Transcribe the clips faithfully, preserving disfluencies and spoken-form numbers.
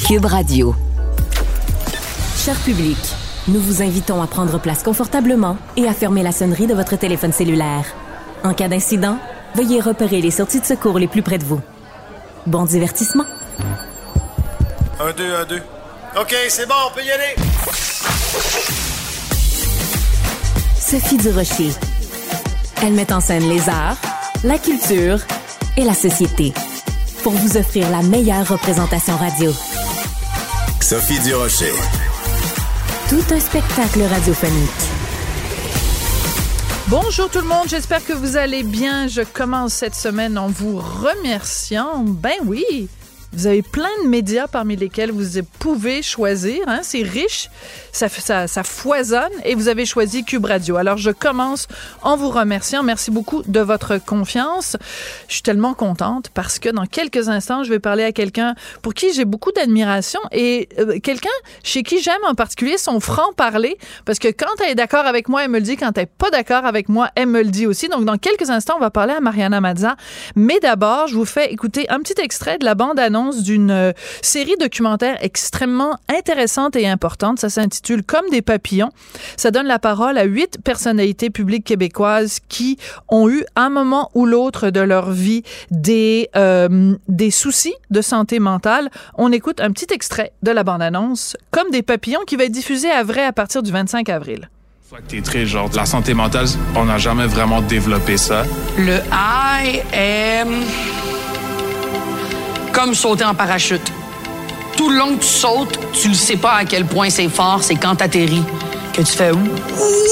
Cube Radio. Cher public, nous vous invitons à prendre place confortablement et à fermer la sonnerie de votre téléphone cellulaire. En cas d'incident, veuillez repérer les sorties de secours les plus près de vous. Bon divertissement. Un, deux, un, deux. OK, c'est bon, on peut y aller. Sophie Durocher. Elle met en scène les arts, la culture et la société pour vous offrir la meilleure représentation radio. Sophie Durocher. Tout un spectacle radiophonique. Bonjour tout le monde, j'espère que vous allez bien. Je commence cette semaine en vous remerciant. Ben oui, vous avez plein de médias parmi lesquels vous pouvez choisir. Hein? C'est riche, ça, ça, ça foisonne et vous avez choisi Cube Radio. Alors, je commence en vous remerciant. Merci beaucoup de votre confiance. Je suis tellement contente parce que dans quelques instants, je vais parler à quelqu'un pour qui j'ai beaucoup d'admiration et euh, quelqu'un chez qui j'aime en particulier son franc-parler parce que quand elle est d'accord avec moi, elle me le dit. Quand elle n'est pas d'accord avec moi, elle me le dit aussi. Donc, dans quelques instants, on va parler à Mariana Mazza. Mais d'abord, je vous fais écouter un petit extrait de la bande-annonce d'une euh, série documentaire extrêmement intéressante et importante. Ça s'intitule « Comme des papillons ». Ça donne la parole à huit personnalités publiques québécoises qui ont eu, à un moment ou l'autre de leur vie, des, euh, des soucis de santé mentale. On écoute un petit extrait de la bande-annonce « Comme des papillons » qui va être diffusé à vrai à partir du vingt-cinq avril. Soit que t'es très genre de la santé mentale, on n'a jamais vraiment développé ça. Le I am... comme sauter en parachute. Tout le long que tu sautes, tu ne sais pas à quel point c'est fort, c'est quand t'atterris que tu fais « wow ».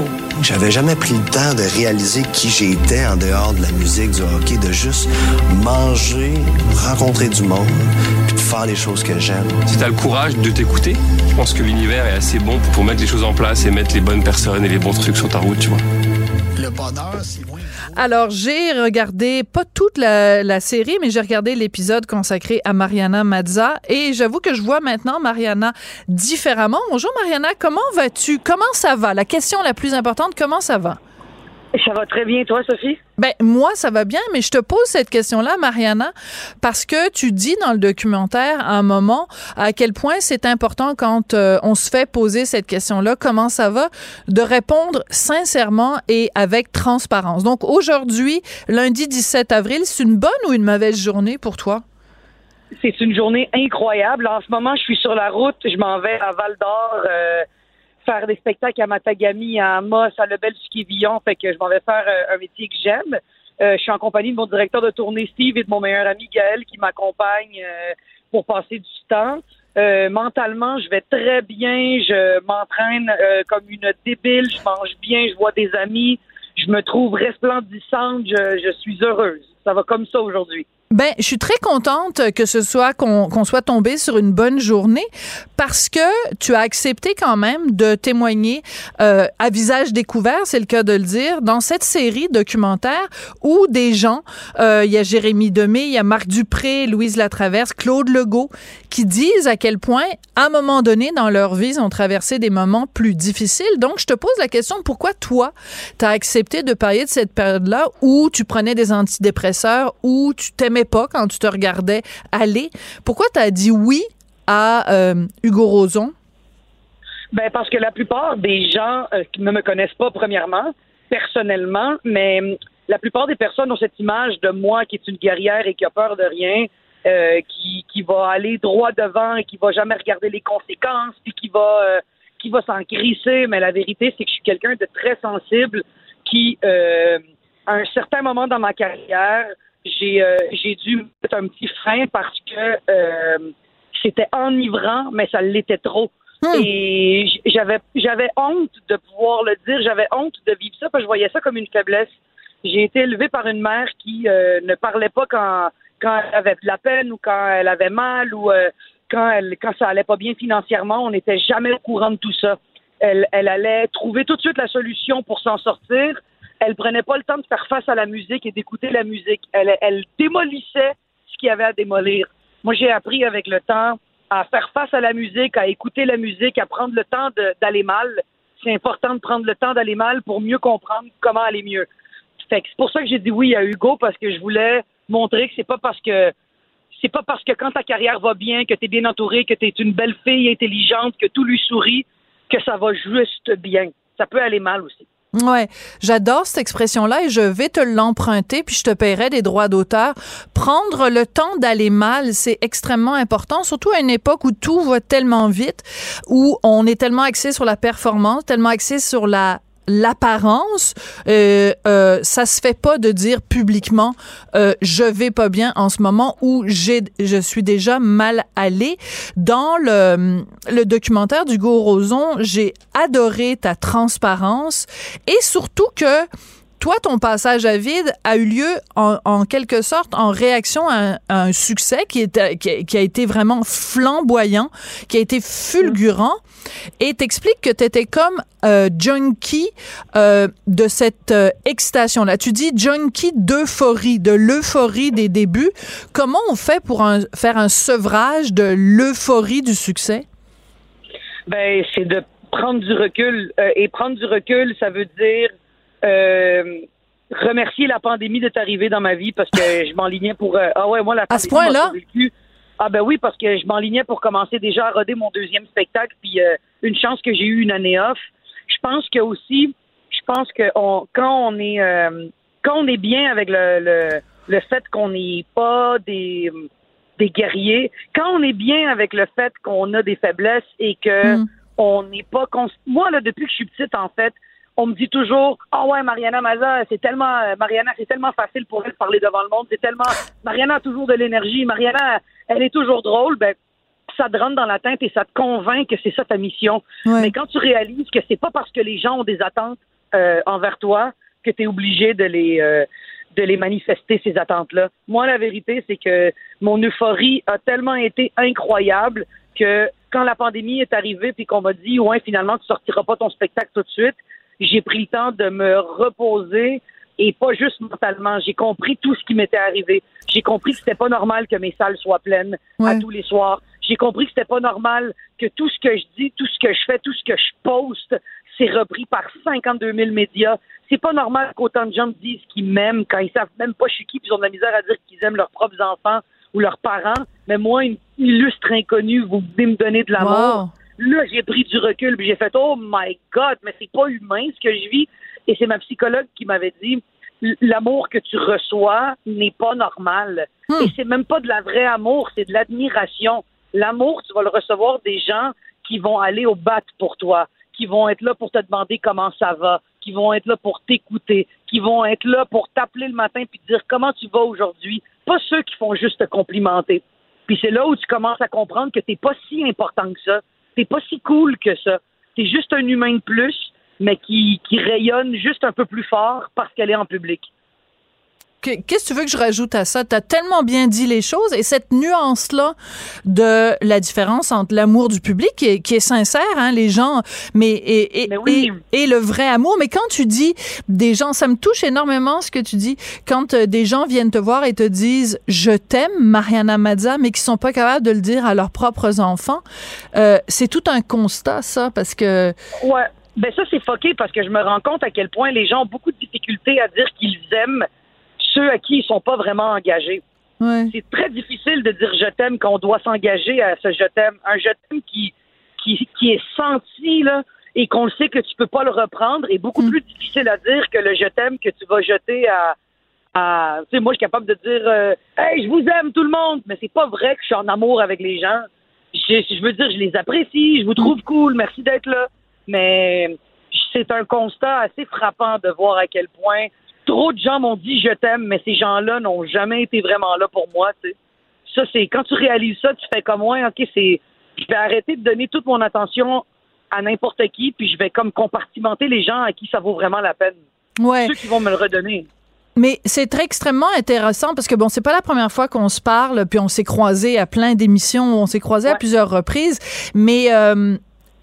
J'avais jamais pris le temps de réaliser qui j'étais en dehors de la musique, du hockey, de juste manger, rencontrer du monde, puis de faire les choses que j'aime. Si t'as le courage de t'écouter, je pense que l'univers est assez bon pour mettre les choses en place et mettre les bonnes personnes et les bons trucs sur ta route, tu vois. Le bonheur, c'est moins... Alors, j'ai regardé, pas toute la, la série, mais j'ai regardé l'épisode consacré à Mariana Mazza et j'avoue que je vois maintenant Mariana différemment. Bonjour Mariana, comment vas-tu? Comment ça va? La question la plus importante, comment ça va? Ça va très bien, toi, Sophie? Ben, moi, ça va bien, mais je te pose cette question-là, Mariana, parce que tu dis dans le documentaire, à un moment, à quel point c'est important quand euh, on se fait poser cette question-là, comment ça va, de répondre sincèrement et avec transparence. Donc, aujourd'hui, lundi dix-sept avril, c'est une bonne ou une mauvaise journée pour toi? C'est une journée incroyable. En ce moment, je suis sur la route, je m'en vais à Val-d'Or, euh, faire des spectacles à Matagami, à Amos, à Lebel-du-Quévillon, fait que je m'en vais faire euh, un métier que j'aime. Euh, je suis en compagnie de mon directeur de tournée Steve et de mon meilleur ami Gaël qui m'accompagne euh, pour passer du temps. Euh, mentalement, je vais très bien, je m'entraîne euh, comme une débile, je mange bien, je vois des amis, je me trouve resplendissante, je, je suis heureuse. Ça va comme ça aujourd'hui. Ben, je suis très contente que ce soit qu'on, qu'on soit tombé sur une bonne journée parce que tu as accepté quand même de témoigner euh, à visage découvert, c'est le cas de le dire, dans cette série documentaire où des gens, euh, il y a Jérémy Demé, il y a Marc Dupré, Louise Latraverse, Claude Legault, qui disent à quel point, à un moment donné dans leur vie, ils ont traversé des moments plus difficiles. Donc, je te pose la question, pourquoi toi, tu as accepté de parler de cette période-là où tu prenais des antidépresseurs, où tu t'aimais pas quand tu te regardais aller. Pourquoi tu as dit oui à euh, Hugo Rozon? Ben parce que la plupart des gens euh, qui ne me connaissent pas, premièrement, personnellement, mais euh, la plupart des personnes ont cette image de moi qui est une guerrière et qui a peur de rien, euh, qui, qui va aller droit devant et qui va jamais regarder les conséquences, puis qui va, euh, qui va s'en crisser. Mais la vérité, c'est que je suis quelqu'un de très sensible qui, euh, à un certain moment dans ma carrière, J'ai, euh, j'ai dû mettre un petit frein parce que euh, c'était enivrant, mais ça l'était trop. Mmh. Et j'avais, j'avais honte de pouvoir le dire, j'avais honte de vivre ça parce que je voyais ça comme une faiblesse. J'ai été élevée par une mère qui euh, ne parlait pas quand, quand elle avait de la peine ou quand elle avait mal ou euh, quand, elle, quand ça allait pas bien financièrement. On n'était jamais au courant de tout ça. Elle, elle allait trouver tout de suite la solution pour s'en sortir. Elle prenait pas le temps de faire face à la musique et d'écouter la musique. Elle, elle démolissait ce qu'il y avait à démolir. Moi, j'ai appris avec le temps à faire face à la musique, à écouter la musique, à prendre le temps de, d'aller mal. C'est important de prendre le temps d'aller mal pour mieux comprendre comment aller mieux. Fait que c'est pour ça que j'ai dit oui à Hugo, parce que je voulais montrer que c'est pas parce que C'est pas parce que quand ta carrière va bien, que t'es bien entouré, que t'es une belle fille intelligente, que tout lui sourit, que ça va juste bien. Ça peut aller mal aussi. Ouais, j'adore cette expression-là et je vais te l'emprunter puis je te paierai des droits d'auteur. Prendre le temps d'aller mal, c'est extrêmement important, surtout à une époque où tout va tellement vite, où on est tellement axé sur la performance, tellement axé sur la l'apparence. Euh, euh, ça se fait pas de dire publiquement euh, je vais pas bien en ce moment ou j'ai je suis déjà mal allé. Dans le le documentaire d'Hugo Rozon, j'ai adoré ta transparence et surtout que toi, ton passage à vide a eu lieu en, en quelque sorte en réaction à un, à un succès qui, est, qui, qui a été vraiment flamboyant, qui a été fulgurant. Et t'expliques que t'étais comme euh, junkie euh, de cette euh, excitation-là. Tu dis junkie d'euphorie, de l'euphorie des débuts. Comment on fait pour un, faire un sevrage de l'euphorie du succès? Ben, c'est de prendre du recul. Euh, et prendre du recul, ça veut dire Euh, remercier la pandémie d'être arrivée dans ma vie parce que je m'enlignais pour... Euh, ah ouais, moi, la pandémie à ce point-là? m'a vécu. Ah ben oui, parce que je m'enlignais pour commencer déjà à roder mon deuxième spectacle, puis euh, une chance que j'ai eu une année off. Je pense que aussi, je pense que on, quand on est euh, quand on est bien avec le le, le fait qu'on n'est pas des des guerriers, quand on est bien avec le fait qu'on a des faiblesses et que mm. on n'est pas... Cons- moi, là, depuis que je suis petite, en fait, on me dit toujours, ah oh ouais, Mariana Mazza, c'est tellement, Mariana, c'est tellement facile pour elle de parler devant le monde, c'est tellement, Mariana a toujours de l'énergie, Mariana, elle est toujours drôle, ben, ça te rentre dans la tête et ça te convainc que c'est ça ta mission. Ouais. Mais quand tu réalises que c'est pas parce que les gens ont des attentes euh, envers toi que tu es obligé de les, euh, de les manifester, ces attentes-là. Moi, la vérité, c'est que mon euphorie a tellement été incroyable que quand la pandémie est arrivée puis qu'on m'a dit, ouais, finalement, tu sortiras pas ton spectacle tout de suite, j'ai pris le temps de me reposer et pas juste mentalement. J'ai compris tout ce qui m'était arrivé. J'ai compris que c'était pas normal que mes salles soient pleines ouais. à tous les soirs. J'ai compris que c'était pas normal que tout ce que je dis, tout ce que je fais, tout ce que je poste, c'est repris par cinquante-deux mille médias. C'est pas normal qu'autant de gens me disent qu'ils m'aiment quand ils savent même pas je suis qui, puis ils ont de la misère à dire qu'ils aiment leurs propres enfants ou leurs parents. Mais moi, une illustre inconnue, vous venez me donner de l'amour. Wow. Là, j'ai pris du recul, puis j'ai fait « Oh my God, mais c'est pas humain ce que je vis. » Et c'est ma psychologue qui m'avait dit « L'amour que tu reçois n'est pas normal. Hmm. Et c'est même pas de la vraie amour, c'est de l'admiration. L'amour, tu vas le recevoir des gens qui vont aller au bat pour toi, qui vont être là pour te demander comment ça va, qui vont être là pour t'écouter, qui vont être là pour t'appeler le matin puis te dire comment tu vas aujourd'hui. Pas ceux qui font juste te complimenter. Puis c'est là où tu commences à comprendre que t'es pas si important que ça. T'es pas si cool que ça. T'es juste un humain de plus, mais qui, qui rayonne juste un peu plus fort parce qu'elle est en public. Qu'est-ce que tu veux que je rajoute à ça? T'as tellement bien dit les choses et cette nuance-là de la différence entre l'amour du public qui est, qui est sincère, hein, les gens, mais et, et, mais oui. et, et le vrai amour. Mais quand tu dis des gens, ça me touche énormément ce que tu dis, quand euh, des gens viennent te voir et te disent « Je t'aime, Mariana Mazza », mais qui sont pas capables de le dire à leurs propres enfants, euh, c'est tout un constat, ça, parce que... Ouais, ben ça, c'est fucké parce que je me rends compte à quel point les gens ont beaucoup de difficultés à dire qu'ils aiment ceux à qui ils sont pas vraiment engagés. Ouais. C'est très difficile de dire je t'aime quand on doit s'engager à ce je t'aime. Un je t'aime qui, qui, qui est senti là, et qu'on le sait que tu peux pas le reprendre est beaucoup mm. plus difficile à dire que le je t'aime que tu vas jeter à... à tu sais, moi, je suis capable de dire euh, hey, je vous aime tout le monde, mais c'est pas vrai que je suis en amour avec les gens. Je, je veux dire, je les apprécie, je vous trouve cool, merci d'être là. Mais c'est un constat assez frappant de voir à quel point trop de gens m'ont dit « je t'aime », mais ces gens-là n'ont jamais été vraiment là pour moi, tu sais. Ça, c'est... Quand tu réalises ça, tu fais comme moi, OK, c'est... Je vais arrêter de donner toute mon attention à n'importe qui, puis je vais comme compartimenter les gens à qui ça vaut vraiment la peine. Ouais. Ceux qui vont me le redonner. Mais c'est très extrêmement intéressant parce que bon, c'est pas la première fois qu'on se parle, puis on s'est croisés à plein d'émissions, on s'est croisés ouais. à plusieurs reprises, mais... Euh,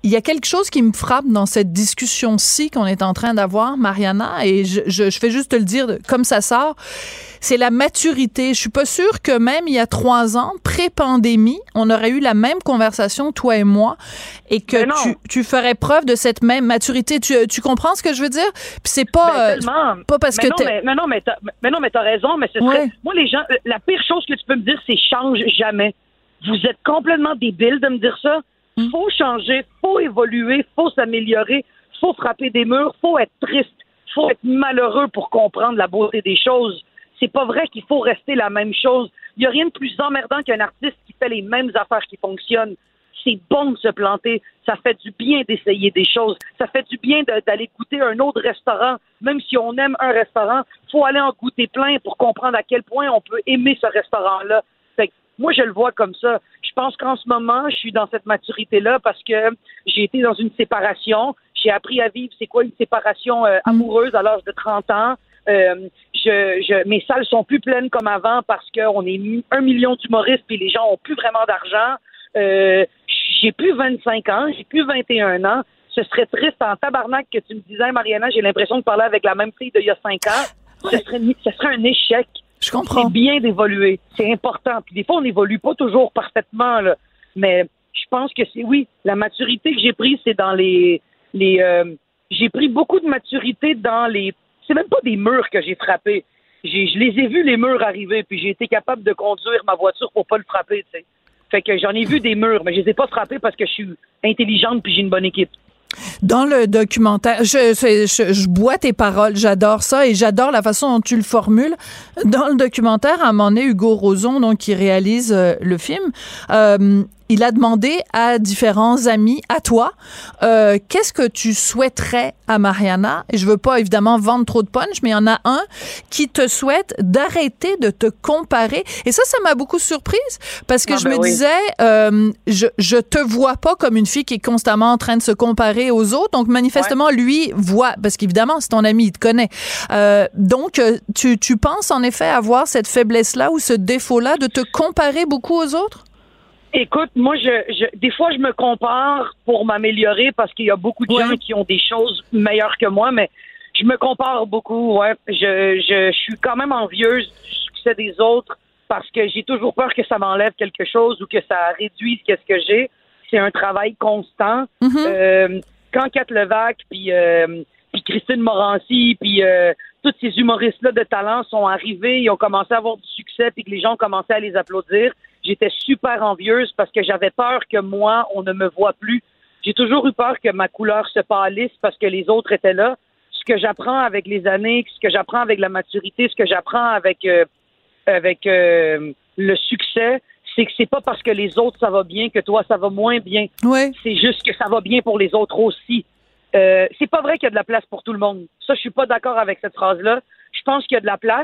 il y a quelque chose qui me frappe dans cette discussion-ci qu'on est en train d'avoir, Mariana, et je, je, je fais juste te le dire comme ça sort, c'est la maturité. Je suis pas sûre que même il y a trois ans, pré-pandémie, on aurait eu la même conversation, toi et moi, et que tu, tu ferais preuve de cette même maturité. Tu, tu comprends ce que je veux dire? Puis c'est pas, ben, euh, pas parce mais que non, t'es... mais, mais non, mais t'as, mais non, mais t'as raison, mais ce serait... Ouais. Moi, les gens, la pire chose que tu peux me dire, c'est change jamais. Vous êtes complètement débile de me dire ça. Faut changer, faut évoluer, faut s'améliorer, faut frapper des murs, faut être triste, faut être malheureux pour comprendre la beauté des choses. C'est pas vrai qu'il faut rester la même chose. Il y a rien de plus emmerdant qu'un artiste qui fait les mêmes affaires qui fonctionnent. C'est bon de se planter, ça fait du bien d'essayer des choses, ça fait du bien de, d'aller goûter un autre restaurant. Même si on aime un restaurant, faut aller en goûter plein pour comprendre à quel point on peut aimer ce restaurant-là. Fait que moi, je le vois comme ça. Je pense qu'en ce moment, je suis dans cette maturité-là parce que j'ai été dans une séparation. J'ai appris à vivre c'est quoi une séparation euh, amoureuse à l'âge de trente ans. Euh, je, je, mes salles sont plus pleines comme avant parce qu'on est un million d'humoristes et les gens ont plus vraiment d'argent. Euh, j'ai plus vingt-cinq ans, j'ai plus vingt et un ans. Ce serait triste en tabarnak que tu me disais, Mariana, j'ai l'impression de parler avec la même fille d'il y a cinq ans. Ce serait, ce serait un échec. Je comprends. C'est bien d'évoluer. C'est important. Puis des fois, on n'évolue pas toujours parfaitement, là. Mais je pense que c'est, oui, la maturité que j'ai prise, c'est dans les... les euh, j'ai pris beaucoup de maturité dans les... C'est même pas des murs que j'ai frappés. J'ai, je les ai vus, les murs arriver, puis j'ai été capable de conduire ma voiture pour pas le frapper, tu sais. Fait que j'en ai vu des murs, mais je les ai pas frappés parce que je suis intelligente puis j'ai une bonne équipe. Dans le documentaire, je, je, je bois tes paroles, j'adore ça et j'adore la façon dont tu le formules. Dans le documentaire, à un moment donné, Hugo Rozon, donc, qui réalise euh, le film, euh, il a demandé à différents amis, à toi, euh, qu'est-ce que tu souhaiterais à Mariana? Et je veux pas, évidemment, vendre trop de punch, mais il y en a un qui te souhaite d'arrêter de te comparer. Et ça, ça m'a beaucoup surprise parce que ah, je ben me oui. disais, euh, je, je te vois pas comme une fille qui est constamment en train de se comparer aux autres. Donc, manifestement, ouais. lui voit, parce qu'évidemment, c'est ton ami, il te connaît. Euh, donc, tu, tu penses, en effet, avoir cette faiblesse-là ou ce défaut-là de te comparer beaucoup aux autres? Écoute, moi, je, je, des fois, je me compare pour m'améliorer parce qu'il y a beaucoup de ouais. gens qui ont des choses meilleures que moi, mais je me compare beaucoup, ouais. Je, je, je suis quand même envieuse du succès des autres parce que j'ai toujours peur que ça m'enlève quelque chose ou que ça réduise qu'est-ce que j'ai. C'est un travail constant. Mm-hmm. Euh, quand Kat Levac, puis euh, puis Christine Morancy, puis euh, tous ces humoristes-là de talent sont arrivés, ils ont commencé à avoir du succès, puis que les gens ont commencé à les applaudir. J'étais super envieuse parce que j'avais peur que moi, on ne me voit plus. J'ai toujours eu peur que ma couleur se pâlisse parce que les autres étaient là. Ce que j'apprends avec les années, ce que j'apprends avec la maturité, ce que j'apprends avec euh, avec euh, le succès, c'est que c'est pas parce que les autres ça va bien que toi ça va moins bien. Ouais. C'est juste que ça va bien pour les autres aussi. Euh, c'est pas vrai qu'il y a de la place pour tout le monde. Ça, je suis pas d'accord avec cette phrase-là. Je pense qu'il y a de la place.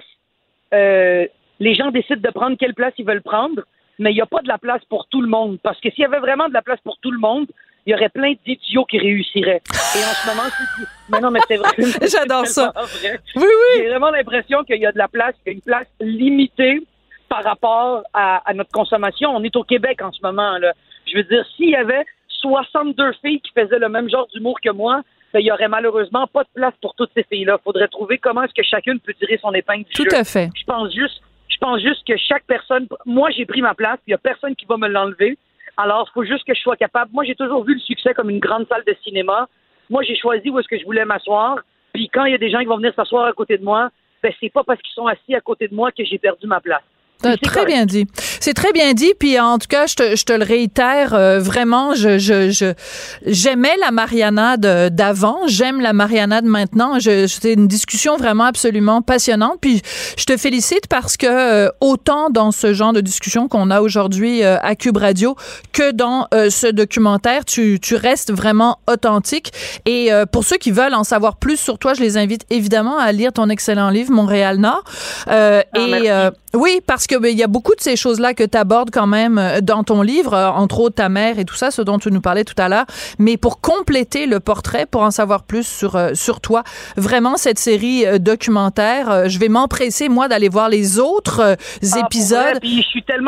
Euh, les gens décident de prendre quelle place ils veulent prendre, mais il n'y a pas de la place pour tout le monde. Parce que s'il y avait vraiment de la place pour tout le monde, il y aurait plein d'idiots qui réussiraient. Et en ce moment, c'est... Mais non, mais c'est vrai. J'adore c'est ça. Vrai. Oui, oui. J'ai vraiment l'impression qu'il y a de la place, qu'il y a une place limitée par rapport à, à notre consommation. On est au Québec en ce moment, là. Je veux dire, s'il y avait soixante-deux filles qui faisaient le même genre d'humour que moi, il y aurait malheureusement pas de place pour toutes ces filles-là. Il faudrait trouver comment est-ce que chacune peut tirer son épingle du Tout jeu. à fait. Je pense juste, je pense juste que chaque personne, moi j'ai pris ma place, il y a personne qui va me l'enlever. Alors, il faut juste que je sois capable. Moi, j'ai toujours vu le succès comme une grande salle de cinéma. Moi, j'ai choisi où est-ce que je voulais m'asseoir. Puis quand il y a des gens qui vont venir s'asseoir à côté de moi, ben c'est pas parce qu'ils sont assis à côté de moi que j'ai perdu ma place. C'est très correct. Bien dit. C'est très bien dit. Puis en tout cas, je te, je te le réitère, euh, vraiment, je, je, je, j'aimais la Mariana de, d'avant. J'aime la Mariana de maintenant. Je, c'était une discussion vraiment absolument passionnante. Puis je te félicite parce que euh, autant dans ce genre de discussion qu'on a aujourd'hui euh, à Cube Radio que dans euh, ce documentaire, tu, tu restes vraiment authentique. Et euh, pour ceux qui veulent en savoir plus sur toi, je les invite évidemment à lire ton excellent livre Montréal-Nord. Euh, ah, et euh, oui, parce que ben, il y a beaucoup de ces choses-là que tu abordes quand même dans ton livre, entre autres ta mère et tout ça, ce dont tu nous parlais tout à l'heure. Mais pour compléter le portrait, pour en savoir plus sur sur toi, vraiment cette série documentaire, je vais m'empresser moi d'aller voir les autres ah, épisodes. Puis je suis tellement, je suis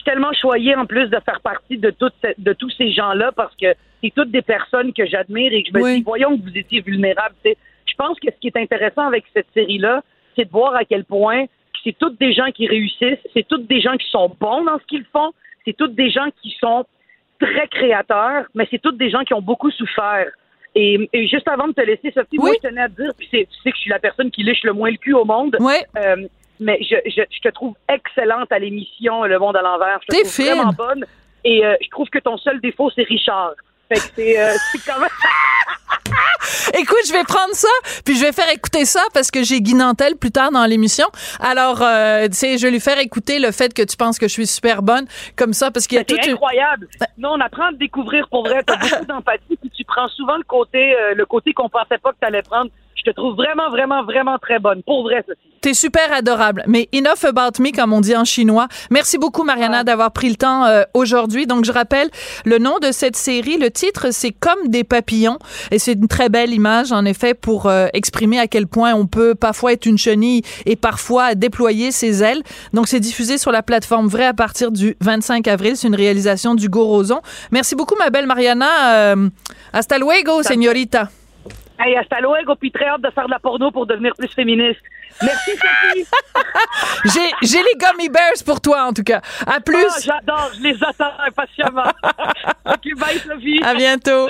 tellement choyée en plus de faire partie de, toute cette, de tous ces gens-là parce que c'est toutes des personnes que j'admire et que je me oui. dis, voyons que vous étiez vulnérables. T'sais. Je pense que ce qui est intéressant avec cette série-là, c'est de voir à quel point c'est toutes des gens qui réussissent, c'est toutes des gens qui sont bons dans ce qu'ils font, c'est toutes des gens qui sont très créateurs, mais c'est toutes des gens qui ont beaucoup souffert. Et, et juste avant de te laisser, Sophie, oui. moi, je tenais à te dire, puis c'est, tu sais que je suis la personne qui liche le moins le cul au monde, oui. euh, mais je, je, je te trouve excellente à l'émission Le Monde à l'envers. Je te T'es trouve fine. vraiment bonne. Et euh, je trouve que ton seul défaut, c'est Richard. Fait que c'est, euh, c'est quand même... Écoute, je vais prendre ça, puis je vais faire écouter ça parce que j'ai Guy Nantel plus tard dans l'émission. Alors, euh, tu sais, je vais lui faire écouter le fait que tu penses que je suis super bonne, comme ça, parce qu'il y a tout... C'est incroyable. Une... Non, on apprend à te découvrir pour vrai. T'as beaucoup d'empathie, puis tu prends souvent le côté, euh, le côté qu'on pensait pas que t'allais prendre. Je te trouve vraiment, vraiment, vraiment très bonne. Pour vrai, Sophie. T'es super adorable. Mais enough about me, comme on dit en chinois. Merci beaucoup, Mariana, ah. d'avoir pris le temps euh, aujourd'hui. Donc, je rappelle le nom de cette série. Le titre, c'est Comme des papillons. Et c'est une très belle image, en effet, pour euh, exprimer à quel point on peut parfois être une chenille et parfois déployer ses ailes. Donc, c'est diffusé sur la plateforme Vrai à partir du vingt-cinq avril. C'est une réalisation d'Hugo Rozon. Merci beaucoup, ma belle Mariana. Euh, hasta luego, señorita. Hey, hasta luego, puis très hâte de faire de la porno pour devenir plus féministe. Merci, Sophie! j'ai, j'ai les gummy bears pour toi, en tout cas. À plus! Oh, j'adore, je les attends impatiemment. OK, bye, Sophie! À bientôt!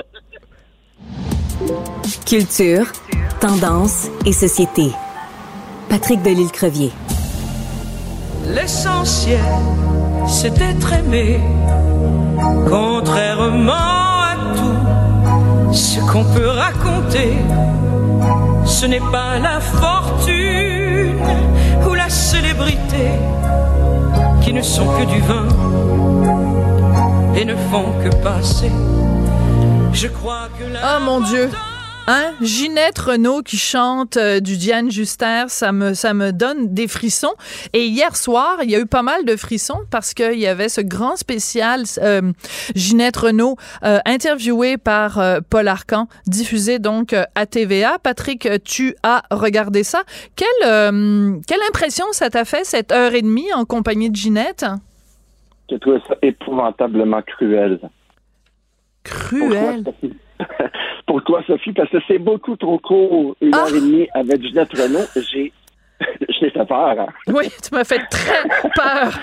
Culture, tendance et société. Patrick Delisle-Crevier. L'essentiel, c'est d'être aimé, contrairement à tout ce qu'on peut raconter. Ce n'est pas la fortune ou la célébrité qui ne sont que du vin et ne font que passer. Je crois que la... Oh mon Dieu! Hein? Ginette Renault qui chante euh, du Diane Juster, ça me, ça me donne des frissons. Et hier soir, il y a eu pas mal de frissons parce qu'il y avait ce grand spécial euh, Ginette Renault euh, interviewé par euh, Paul Arcand, diffusé donc euh, à T V A. Patrick, tu as regardé ça. Quelle, euh, quelle impression ça t'a fait, cette heure et demie en compagnie de Ginette? J'ai trouvé ça épouvantablement cruel. Cruel? Pour toi, Sophie, parce que c'est beaucoup trop court, une ah. heure et demie avec Ginette Renault. J'ai, j'ai fait peur. Hein? Oui, tu m'as fait très peur.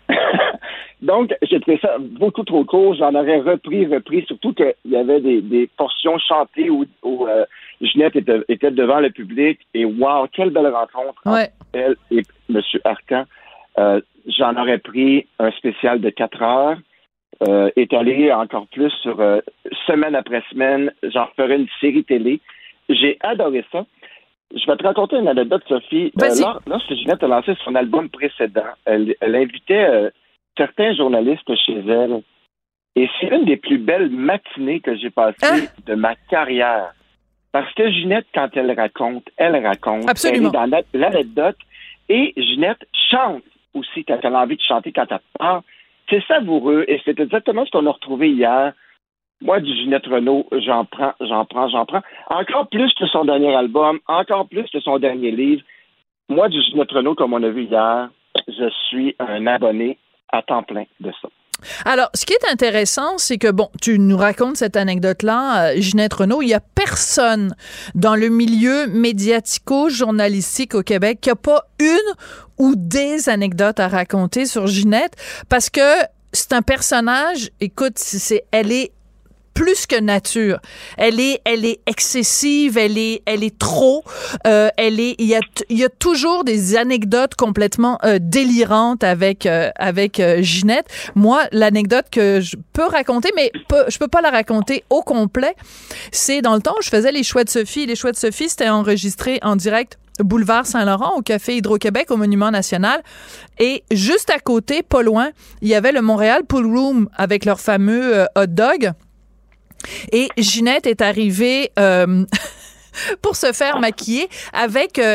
Donc, j'ai trouvé ça beaucoup trop court. J'en aurais repris, repris, surtout qu'il y avait des, des portions chantées où, où euh, Ginette était, était devant le public. Et wow, quelle belle rencontre ouais. entre elle et M. Arcand. Euh, j'en aurais pris un spécial de quatre heures. Euh, étalé encore plus sur euh, semaine après semaine. J'en ferai une série télé. J'ai adoré ça. Je vais te raconter une anecdote, Sophie. Euh, lors, lorsque Ginette a lancé son album précédent, elle, elle invitait euh, certains journalistes chez elle. Et c'est une des plus belles matinées que j'ai passées hein? de ma carrière. Parce que Ginette, quand elle raconte, elle raconte. Absolument. Elle est dans l'anecdote. Et Ginette chante aussi quand elle a envie de chanter, quand elle parle. C'est savoureux et c'est exactement ce qu'on a retrouvé hier. Moi, du Ginette Renault, j'en prends, j'en prends, j'en prends. Encore plus que son dernier album, encore plus que son dernier livre. Moi, du Ginette Renault, comme on a vu hier, je suis un abonné à temps plein de ça. Alors, ce qui est intéressant, c'est que, bon, tu nous racontes cette anecdote-là, euh, Ginette Renault, il n'y a personne dans le milieu médiatico-journalistique au Québec qui n'a pas une ou des anecdotes à raconter sur Ginette, parce que c'est un personnage, écoute, c'est, elle est plus que nature. Elle est, elle est excessive, elle est, elle est trop. Euh, elle est, il y a, il y a toujours des anecdotes complètement euh, délirantes avec, euh, avec euh, Ginette. Moi, l'anecdote que je peux raconter, mais peu, je peux pas la raconter au complet, c'est dans le temps où je faisais les choix de Sophie. Les choix de Sophie, c'était enregistré en direct boulevard Saint-Laurent, au Café Hydro-Québec, au Monument National. Et juste à côté, pas loin, il y avait le Montréal Pool Room avec leur fameux euh, hot dog. Et Ginette est arrivée euh, pour se faire maquiller avec euh,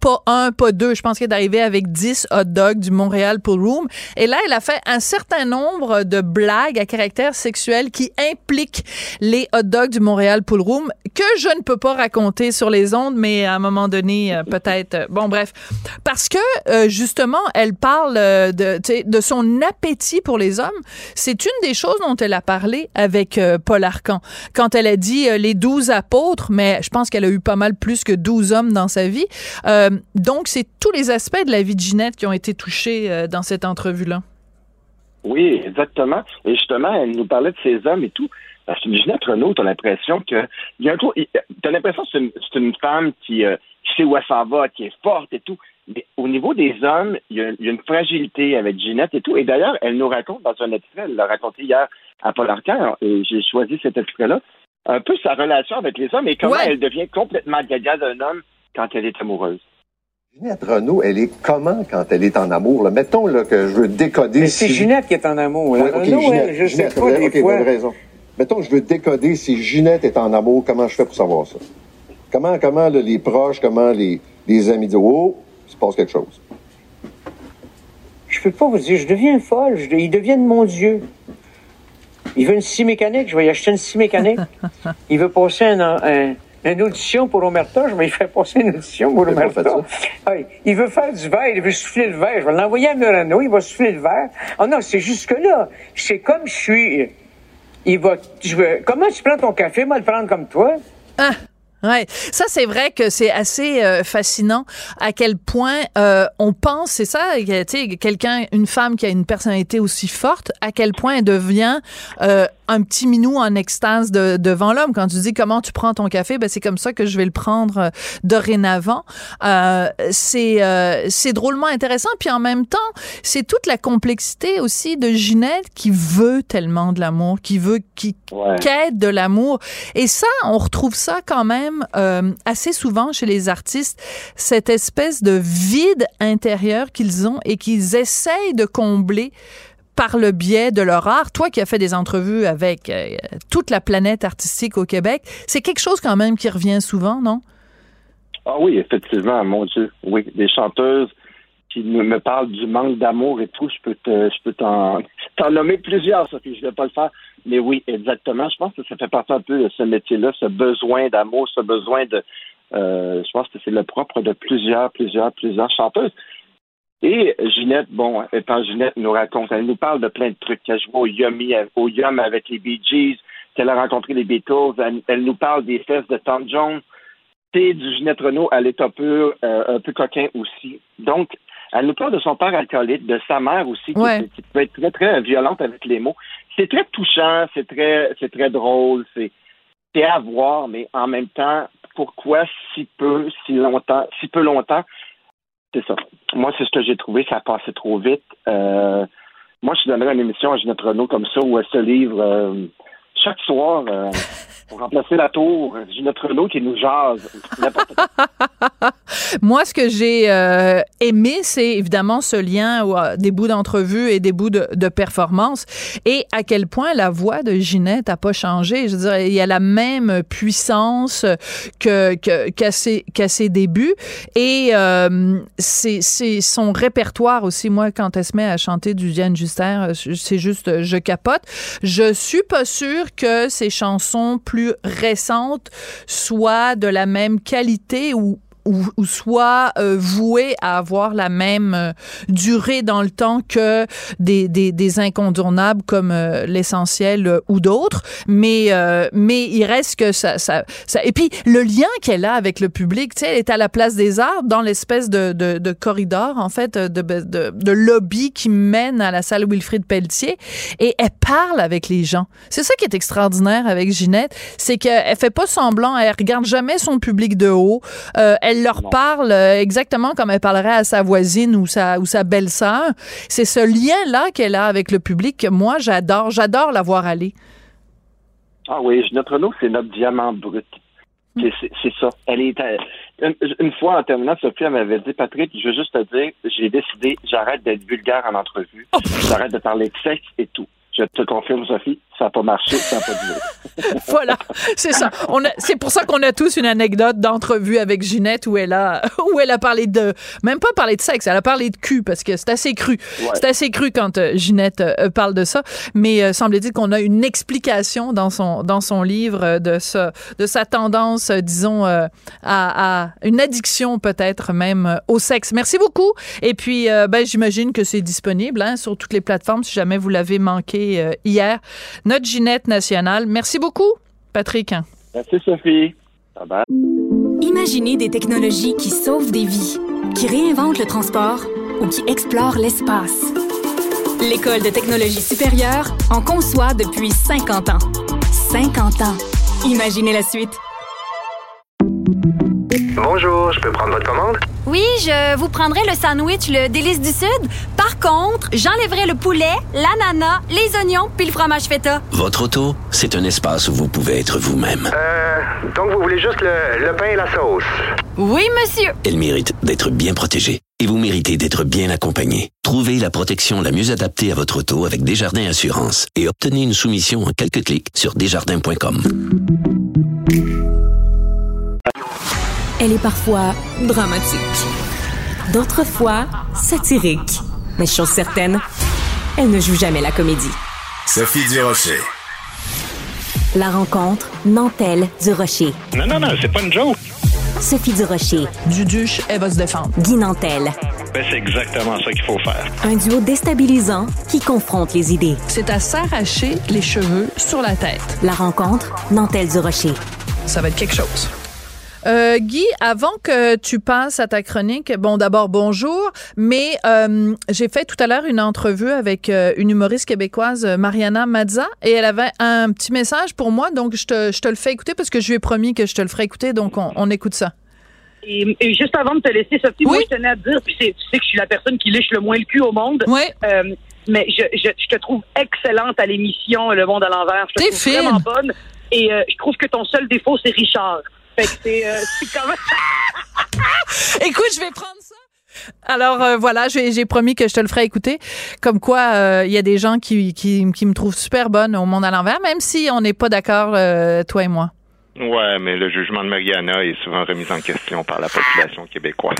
pas un, pas deux. Je pense qu'elle est arrivée avec dix hot dogs du Montréal Pool Room. Et là, elle a fait un certain nombre de blagues à caractère sexuel qui impliquent les hot dogs du Montréal Pool Room que je ne peux pas raconter sur les ondes, mais à un moment donné, euh, peut-être... Euh, bon, bref. Parce que, euh, justement, elle parle euh, de, de son appétit pour les hommes. C'est une des choses dont elle a parlé avec euh, Paul Arcand. Quand elle a dit euh, les douze apôtres, mais je pense qu'elle a eu pas mal plus que douze hommes dans sa vie. Euh, donc, c'est tous les aspects de la vie de Ginette qui ont été touchés euh, dans cette entrevue-là. Oui, exactement. Et justement, elle nous parlait de ces hommes et tout. Parce que Ginette Renault, t'as l'impression que... il y a un tour, t'as l'impression que c'est une, c'est une femme qui, euh, qui sait où elle s'en va, qui est forte et tout. Mais au niveau des hommes, il y, a, il y a une fragilité avec Ginette et tout. Et d'ailleurs, elle nous raconte dans un extrait, elle l'a raconté hier à Paul Arcand, et j'ai choisi cet extrait-là, un peu sa relation avec les hommes et comment ouais. elle devient complètement gaga d'un homme quand elle est amoureuse. Ginette Renault, elle est comment quand elle est en amour? Là? Mettons là, que je veux décoder... Mais c'est si... Ginette qui est en amour. Ouais, okay, Renault, Ginette, elle, je Ginette, sais pas, des okay, fois... vous avez raison. Mettons que je veux décoder si Ginette est en amour, comment je fais pour savoir ça? Comment, comment là, les proches, comment les, les amis disent « Oh, il se passe quelque chose. » Je peux pas vous dire, je deviens folle, je, ils deviennent mon Dieu. Il veut une scie mécanique, je vais y acheter une scie mécanique. Il veut passer un... un une audition pour Omerta, je vais lui faire passer une audition pour Omerta. Hey, il veut faire du verre, il veut souffler le verre. Je vais l'envoyer à Murano, il va souffler le verre. Oh non, c'est jusque-là. C'est comme je suis. Il va. Je veux, comment tu prends ton café? Moi, le prendre comme toi. Ah! Ouais, ça c'est vrai que c'est assez euh, fascinant à quel point euh, on pense, c'est ça, tu sais, quelqu'un, une femme qui a une personnalité aussi forte, à quel point elle devient euh, un petit minou en extase de, devant l'homme. Quand tu dis comment tu prends ton café, ben c'est comme ça que je vais le prendre euh, dorénavant. Euh, c'est euh, c'est drôlement intéressant, puis en même temps, c'est toute la complexité aussi de Ginette qui veut tellement de l'amour, qui veut, qui ouais. quête de l'amour, et ça, on retrouve ça quand même. Euh, assez souvent chez les artistes, cette espèce de vide intérieur qu'ils ont et qu'ils essayent de combler par le biais de leur art. Toi qui as fait des entrevues avec euh, toute la planète artistique au Québec, c'est quelque chose quand même qui revient souvent, non? Ah oui, effectivement, mon Dieu. Oui, des chanteuses qui me parlent du manque d'amour et tout, je peux te, je peux t'en, t'en nommer plusieurs, Sophie, je vais pas le faire. Mais oui, exactement. Je pense que ça fait partie un peu de ce métier-là, ce besoin d'amour, ce besoin de... Euh, je pense que c'est le propre de plusieurs, plusieurs, plusieurs chanteuses. Et Ginette, bon, étant Ginette nous raconte, elle nous parle de plein de trucs, qu'elle joue au Yummy, au Yum avec les Bee Gees, qu'elle a rencontré les Beatles, elle, elle nous parle des fesses de Tom Jones. C'est du Ginette Renault à l'état pur, euh, un peu coquin aussi. Donc, elle nous parle de son père alcoolique, de sa mère aussi, ouais. qui, qui peut être très, très violente avec les mots. C'est très touchant, c'est très, c'est très drôle, c'est, c'est à voir, mais en même temps, pourquoi si peu, si longtemps, si peu longtemps? C'est ça. Moi, c'est ce que j'ai trouvé, ça a passé trop vite. Euh, moi, je donnerais une émission à Ginette Renault comme ça, où elle se livre euh, chaque soir euh, pour remplacer la tour. Ginette Renault qui nous jase. N'importe quoi. Moi, ce que j'ai euh, aimé, c'est évidemment ce lien où, euh, des bouts d'entrevue et des bouts de, de performance, et à quel point la voix de Ginette n'a pas changé. Je veux dire, il y a la même puissance que, que qu'à ses, qu'à ses débuts, et euh, c'est, c'est son répertoire aussi. Moi, quand elle se met à chanter du Diane Juster, c'est juste, je capote. Je suis pas sûre que ses chansons plus récentes soient de la même qualité ou Ou, ou soit euh, voué à avoir la même euh, durée dans le temps que des, des, des incontournables comme euh, L'Essentiel euh, ou d'autres, mais euh, mais il reste que ça, ça, ça... Et puis, le lien qu'elle a avec le public, tu sais, elle est à la Place des Arts, dans l'espèce de, de, de corridor, en fait, de, de, de lobby qui mène à la salle Wilfrid Pelletier, et elle parle avec les gens. C'est ça qui est extraordinaire avec Ginette, c'est qu'elle fait pas semblant, elle regarde jamais son public de haut, euh, elle Elle leur parle exactement comme elle parlerait à sa voisine ou sa, ou sa belle-sœur. C'est ce lien-là qu'elle a avec le public que moi, j'adore. J'adore la voir aller. Ah oui, Ginette Renault, c'est notre diamant brut. C'est, c'est, c'est ça. Elle est une, une fois, en terminant, Sophie, elle m'avait dit, Patrick, je veux juste te dire, j'ai décidé, j'arrête d'être vulgaire en entrevue. Oh. J'arrête de parler de sexe et tout. Je te confirme, Sophie, ça n'a pas marché, ça n'a pas duré. Voilà, c'est ça. On a, c'est pour ça qu'on a tous une anecdote d'entrevue avec Ginette où elle a, où elle a parlé de, même pas parlé de sexe, elle a parlé de cul parce que c'est assez cru. Ouais. C'est assez cru quand euh, Ginette euh, parle de ça. Mais euh, semble-t-il qu'on a une explication dans son dans son livre euh, de ça, de sa tendance, euh, disons, euh, à, à une addiction peut-être même euh, au sexe. Merci beaucoup. Et puis, euh, ben j'imagine que c'est disponible hein, sur toutes les plateformes si jamais vous l'avez manqué euh, hier. Notre Ginette nationale. Merci beaucoup, Patrick. Merci, Sophie. Bye bye. Imaginez des technologies qui sauvent des vies, qui réinventent le transport ou qui explorent l'espace. L'École de technologie supérieure en conçoit depuis cinquante ans. cinquante ans. Imaginez la suite. Bonjour, je peux prendre votre commande? Oui, je vous prendrai le sandwich, le délice du Sud. Par contre, j'enlèverai le poulet, l'ananas, les oignons puis le fromage feta. Votre auto, c'est un espace où vous pouvez être vous-même. Euh, donc vous voulez juste le, le pain et la sauce? Oui, monsieur. Elle mérite d'être bien protégée et vous méritez d'être bien accompagné. Trouvez la protection la mieux adaptée à votre auto avec Desjardins Assurance et obtenez une soumission en quelques clics sur desjardins point com. Elle est parfois dramatique, d'autres fois satirique. Mais chose certaine, elle ne joue jamais la comédie. Sophie Durocher. La rencontre Nantel Durocher. Non, non, non, c'est pas une joke. Sophie Durocher. Duduche, elle va se défendre. Guy Nantel. Ben, c'est exactement ça qu'il faut faire. Un duo déstabilisant qui confronte les idées. C'est à s'arracher les cheveux sur la tête. La rencontre Nantel Durocher. Ça va être quelque chose. Euh, Guy, avant que tu passes à ta chronique, bon, d'abord, bonjour, mais euh, j'ai fait tout à l'heure une entrevue avec euh, une humoriste québécoise, Mariana Mazza, et elle avait un petit message pour moi, donc je te, je te le fais écouter parce que je lui ai promis que je te le ferais écouter, donc on, on écoute ça. Et, et juste avant de te laisser, Sophie, oui? moi, je tenais à te dire, puis c'est, tu sais que je suis la personne qui liche le moins le cul au monde. Oui. Euh, mais je, je, je te trouve excellente à l'émission Le Monde à l'envers. Je te T'es trouve fine. vraiment bonne. Et euh, je trouve que ton seul défaut, c'est Richard. Fait que c'est, euh, c'est quand même... Écoute, je vais prendre ça. Alors euh, voilà, j'ai, j'ai promis que je te le ferais écouter. Comme quoi, il euh, y a des gens qui, qui, qui me trouvent super bonne au Monde à l'envers, même si on n'est pas d'accord, euh, toi et moi. Ouais, mais le jugement de Mariana est souvent remis en question par la population québécoise.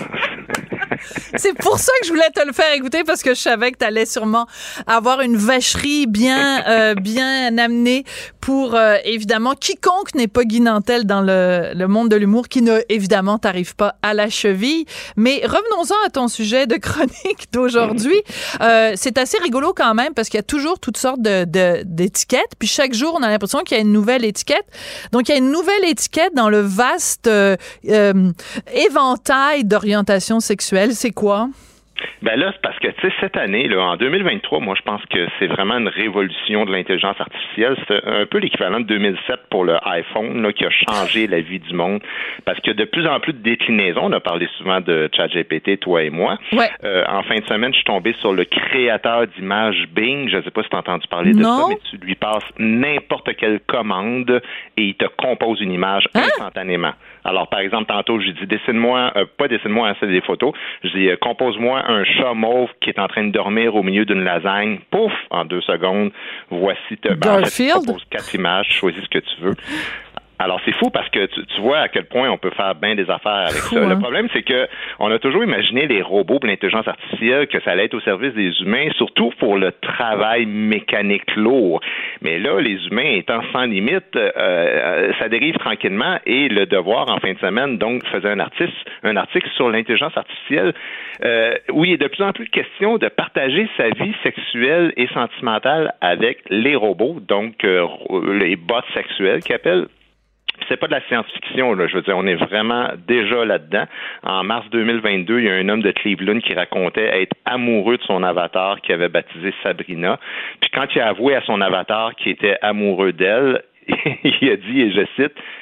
C'est pour ça que je voulais te le faire écouter, parce que je savais que tu allais sûrement avoir une vacherie bien euh, bien amenée pour, euh, évidemment, quiconque n'est pas Guy Nantel dans le, le monde de l'humour, qui ne, évidemment, t'arrive pas à la cheville. Mais revenons-en à ton sujet de chronique d'aujourd'hui. Euh, c'est assez rigolo quand même, parce qu'il y a toujours toutes sortes de, de, d'étiquettes, puis chaque jour, on a l'impression qu'il y a une nouvelle étiquette. Donc, il y a une nouvelle étiquette dans le vaste euh, euh, éventail d'orientation sexuelle. C'est quoi? Ben là, c'est parce que, tu sais, cette année, là, en deux mille vingt-trois, moi, je pense que c'est vraiment une révolution de l'intelligence artificielle. C'est un peu l'équivalent de deux mille sept pour le iPhone, là, qui a changé la vie du monde. Parce que de plus en plus de déclinaisons, on a parlé souvent de ChatGPT, toi et moi. Ouais. Euh, en fin de semaine, je suis tombé sur le créateur d'images Bing. Je ne sais pas si tu as entendu parler de non. ça, mais tu lui passes n'importe quelle commande et il te compose une image hein? instantanément. Alors, par exemple, tantôt, je dis, dessine-moi, euh, pas dessine-moi, hein, c'est des photos. Je dis, euh, compose-moi un chat mauve qui est en train de dormir au milieu d'une lasagne. Pouf! En deux secondes, voici, te, ben, en fait, tu composes quatre images, choisis ce que tu veux. Alors, c'est fou parce que tu, tu vois à quel point on peut faire bien des affaires avec fou, ça. Hein? Le problème, c'est que on a toujours imaginé les robots et l'intelligence artificielle, que ça allait être au service des humains, surtout pour le travail mécanique lourd. Mais là, les humains étant sans limite, euh, ça dérive tranquillement et le Devoir, en fin de semaine, donc, faisait un article, un article sur l'intelligence artificielle euh, où il y a de plus en plus de questions de partager sa vie sexuelle et sentimentale avec les robots, donc euh, les bots sexuels qu'ils appellent. C'est pas de la science-fiction, là. Je veux dire, on est vraiment déjà là-dedans. En mars deux mille vingt-deux, il y a un homme de Cleveland qui racontait être amoureux de son avatar qu'il avait baptisé Sabrina. Puis quand il a avoué à son avatar qu'il était amoureux d'elle, il a dit, et je cite, «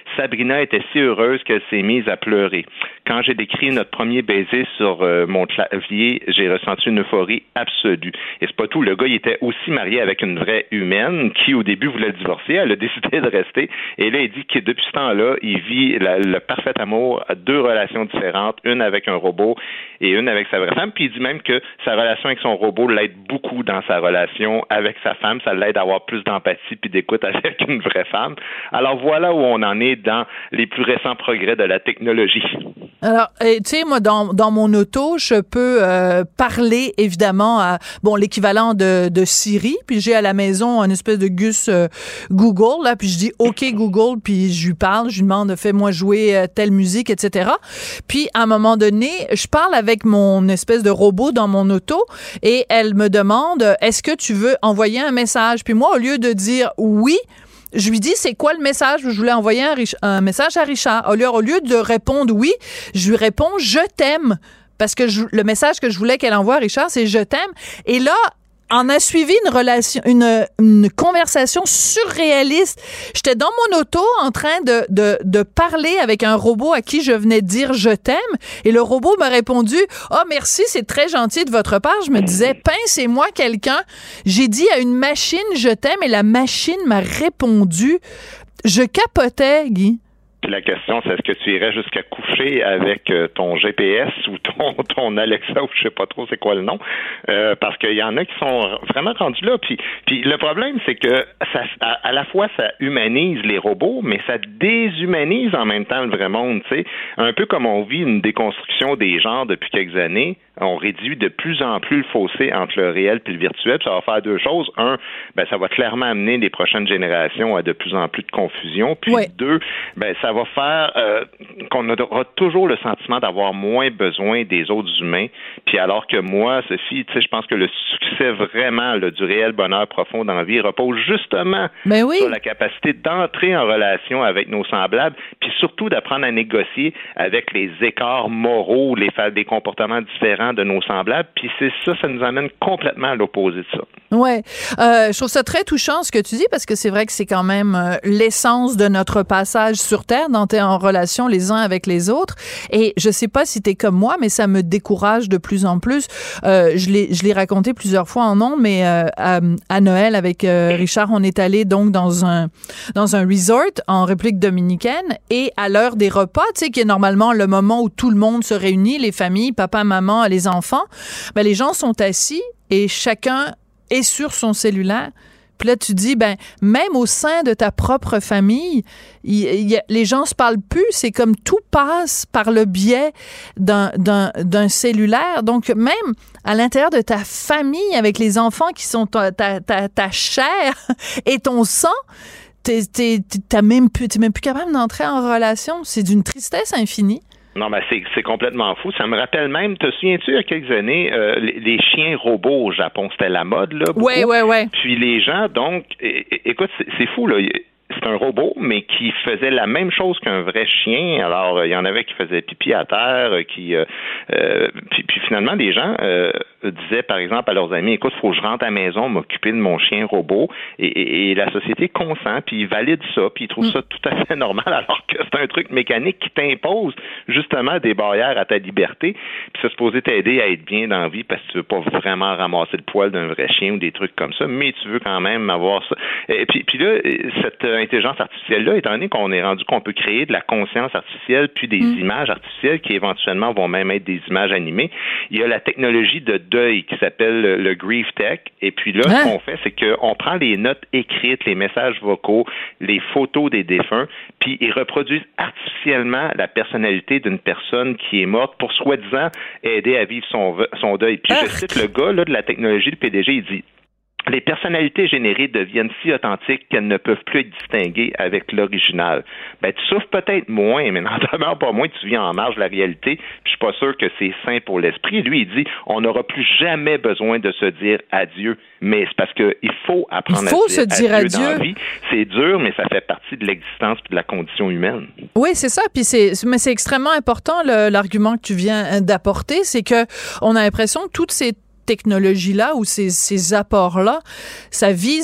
Sabrina était si heureuse qu'elle s'est mise à pleurer. Quand j'ai décrit notre premier baiser sur euh, mon clavier, j'ai ressenti une euphorie absolue. Et c'est pas tout. Le gars, il était aussi marié avec une vraie humaine qui, au début, voulait le divorcer. Elle a décidé de rester. Et là, il dit que depuis ce temps-là, il vit la, le parfait amour à deux relations différentes, une avec un robot et une avec sa vraie femme. Puis il dit même que sa relation avec son robot l'aide beaucoup dans sa relation avec sa femme. Ça l'aide à avoir plus d'empathie puis d'écoute avec une vraie femme. Alors voilà où on en est dans les plus récents progrès de la technologie. Alors, tu sais, moi, dans, dans mon auto, je peux euh, parler, évidemment, à bon l'équivalent de, de Siri, puis j'ai à la maison une espèce de Gus euh, Google, là, puis je dis « OK, Google », puis je lui parle, je lui demande « Fais-moi jouer euh, telle musique », et cetera. Puis, à un moment donné, je parle avec mon espèce de robot dans mon auto, et elle me demande « Est-ce que tu veux envoyer un message ?» Puis moi, au lieu de dire « Oui », je lui dis, c'est quoi le message? Je voulais envoyer un, Rich- un message à Richard. Au lieu, au lieu de répondre oui, je lui réponds, je t'aime. Parce que je, le message que je voulais qu'elle envoie à Richard, c'est je t'aime. Et là, en a suivi une relation, une, une conversation surréaliste. J'étais dans mon auto en train de, de, de parler avec un robot à qui je venais de dire je t'aime. Et le robot m'a répondu, « Ah, oh, merci, c'est très gentil de votre part. » Je me disais, « Pincez-moi quelqu'un. » J'ai dit à une machine je t'aime et la machine m'a répondu. Je capotais, Guy. Puis la question, c'est est-ce que tu irais jusqu'à coucher avec euh, ton G P S ou ton, ton Alexa ou je sais pas trop c'est quoi le nom, euh, parce qu'il y en a qui sont vraiment rendus là. Puis, puis le problème, c'est que ça, à, à la fois, ça humanise les robots, mais ça déshumanise en même temps le vrai monde. Tu sais, un peu comme on vit une déconstruction des genres depuis quelques années. On réduit de plus en plus le fossé entre le réel et le virtuel. Puis ça va faire deux choses. Un, ben ça va clairement amener les prochaines générations à de plus en plus de confusion. Puis ouais. deux, ben ça va faire euh, qu'on aura toujours le sentiment d'avoir moins besoin des autres humains. Puis alors que moi, Sophie, tu sais, je pense que le succès vraiment là, du réel bonheur profond dans la vie repose justement ben oui. sur la capacité d'entrer en relation avec nos semblables, puis surtout d'apprendre à négocier avec les écarts moraux, les des comportements différents de nos semblables, puis c'est ça, ça nous amène complètement à l'opposé de ça. Ouais, euh, je trouve ça très touchant ce que tu dis, parce que c'est vrai que c'est quand même euh, l'essence de notre passage sur Terre, d'entrer en relation les uns avec les autres, et je sais pas si t'es comme moi, mais ça me décourage de plus en plus. Euh, je l'ai, je l'ai raconté plusieurs fois en ondes, mais euh, à, à Noël, avec euh, Richard, on est allé donc dans un, dans un resort en République dominicaine, et à l'heure des repas, tu sais, qui est normalement le moment où tout le monde se réunit, les familles, papa, maman, les enfants, ben les gens sont assis et chacun est sur son cellulaire. Puis là, tu dis, ben même au sein de ta propre famille, il, il, les gens se parlent plus. C'est comme tout passe par le biais d'un, d'un, d'un cellulaire. Donc, même à l'intérieur de ta famille, avec les enfants qui sont ta, ta, ta, ta chair et ton sang, t'es, t'es, t'es, même plus, t'es même plus capable d'entrer en relation. C'est d'une tristesse infinie. Non, ben c'est, c'est complètement fou. Ça me rappelle même, te souviens-tu, il y a quelques années, euh, les, les chiens robots au Japon, c'était la mode, là. Oui, oui, oui. Puis les gens, donc, é- é- écoute, c'est, c'est fou, là. C'est un robot, mais qui faisait la même chose qu'un vrai chien. Alors, il y en avait qui faisaient pipi à terre, qui... Euh, euh, puis, puis finalement, les gens euh, disaient, par exemple, à leurs amis, écoute, il faut que je rentre à la maison, m'occuper de mon chien robot. Et, et, et la société consent, puis ils valident ça, puis ils trouvent mm. ça tout à fait normal, alors que c'est un truc mécanique qui t'impose justement des barrières à ta liberté. Puis c'est supposé t'aider à être bien dans la vie parce que tu veux pas vraiment ramasser le poil d'un vrai chien ou des trucs comme ça, mais tu veux quand même avoir ça. Et puis, puis là, cette intelligence artificielle-là, étant donné qu'on est rendu qu'on peut créer de la conscience artificielle puis des mmh. images artificielles qui éventuellement vont même être des images animées, il y a la technologie de deuil qui s'appelle le, le Grief Tech. Et puis là, hein? ce qu'on fait, c'est qu'on prend les notes écrites, les messages vocaux, les photos des défunts, puis ils reproduisent artificiellement la personnalité d'une personne qui est morte pour soi-disant aider à vivre son, son deuil. Puis Arc. je cite le gars là, de la technologie, le P D G, il dit: les personnalités générées deviennent si authentiques qu'elles ne peuvent plus être distinguées avec l'original. Ben, tu souffres peut-être moins, mais n'en demeure pas moins, tu vis en marge de la réalité. Puis je suis pas sûr que c'est sain pour l'esprit. Lui, il dit, on n'aura plus jamais besoin de se dire adieu. Mais c'est parce que il faut apprendre il faut à se dire, dire adieu, adieu dans la vie. C'est dur, mais ça fait partie de l'existence et de la condition humaine. Oui, c'est ça. Puis c'est, mais c'est extrêmement important, le, l'argument que tu viens d'apporter, c'est que on a l'impression que toutes ces technologies-là ou ces, ces apports-là, ça vise à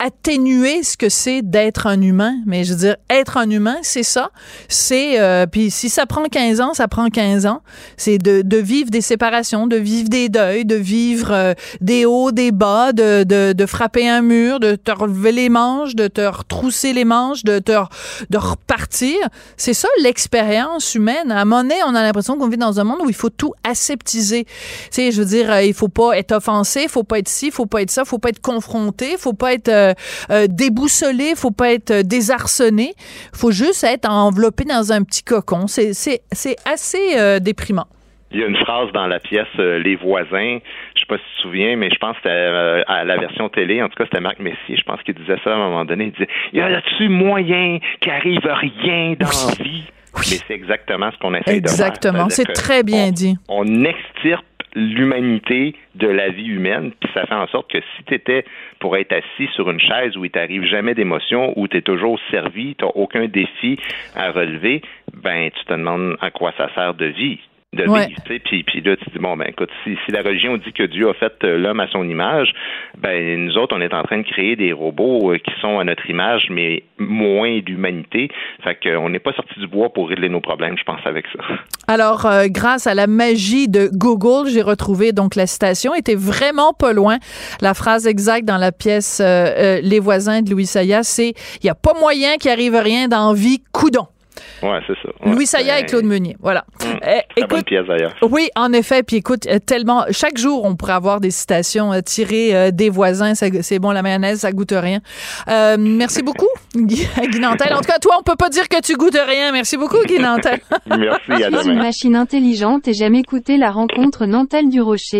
atténuer ce que c'est d'être un humain. Mais je veux dire, être un humain, c'est ça. C'est euh, puis si ça prend quinze ans, ça prend quinze ans. C'est de, de vivre des séparations, de vivre des deuils, de vivre euh, des hauts, des bas, de, de, de frapper un mur, de te relever les manches, de te retrousser les manches, de te de repartir. C'est ça l'expérience humaine. À un moment donné, on a l'impression qu'on vit dans un monde où il faut tout aseptiser. Tu sais, je veux dire, euh, il faut pas être offensé, il faut pas être ci, il faut pas être ça, il faut pas être confronté, il faut pas être euh, euh, déboussolé, il faut pas être euh, désarçonné. Il faut juste être enveloppé dans un petit cocon. C'est, c'est, c'est assez euh, déprimant. Il y a une phrase dans la pièce euh, Les voisins, je sais pas si tu te souviens, mais je pense que c'était euh, à la version télé, en tout cas c'était Marc Messier, je pense qu'il disait ça à un moment donné, il disait « Y a-tu moyen qu'il arrive rien dans la vie? » Mais c'est exactement ce qu'on essaie de faire. Exactement, c'est très bien on, dit. On extirpe l'humanité de la vie humaine, puis ça fait en sorte que si tu étais pour être assis sur une chaise où il t'arrive jamais d'émotion, où tu es toujours servi, tu n'as aucun défi à relever, ben tu te demandes à quoi ça sert de vie. de ouais. vivre, tu sais, puis, puis là, tu dis, bon, ben, écoute, si, si la religion dit que Dieu a fait euh, l'homme à son image, ben, nous autres, on est en train de créer des robots euh, qui sont à notre image, mais moins d'humanité. Fait qu'on n'est pas sorti du bois pour régler nos problèmes, je pense, avec ça. Alors, euh, grâce à la magie de Google, j'ai retrouvé, donc, la citation était vraiment pas loin. La phrase exacte dans la pièce euh, euh, Les voisins de Louis Sayah, c'est « Il n'y a pas moyen qu'il arrive rien dans la vie, coudon ». Ouais, c'est ça. Ouais. Louis Sayah et Claude Meunier, voilà. Mmh, euh, très écoute, bonne pièce d'ailleurs. Oui, en effet. Puis écoute, tellement, chaque jour, on pourrait avoir des citations euh, tirées euh, des voisins. Ça, c'est bon, la mayonnaise, ça goûte rien. Euh, merci beaucoup, Guy, Guy Nantel. En tout cas, toi, on peut pas dire que tu goûtes rien. Merci beaucoup, Guy Nantel. Merci, à demain. Je suis une machine intelligente et j'aime écouter la rencontre Nantel du Rocher.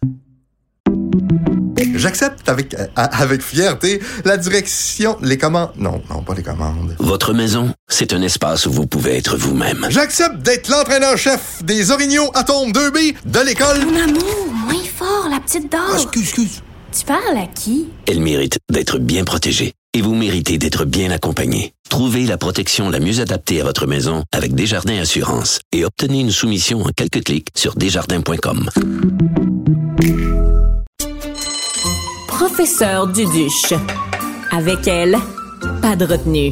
J'accepte avec, euh, avec fierté la direction, les commandes. Non, non, pas les commandes. Votre maison, c'est un espace où vous pouvez être vous-même. J'accepte d'être l'entraîneur-chef des Orignaux Atomes deux B de l'école. Mon amour, moins fort, la petite dame. Ah, excuse, excuse. Tu parles à qui? Elle mérite d'être bien protégée. Et vous méritez d'être bien accompagné. Trouvez la protection la mieux adaptée à votre maison avec Desjardins Assurance et obtenez une soumission en quelques clics sur desjardins point com. Professeur Duduche. Avec elle, pas de retenue.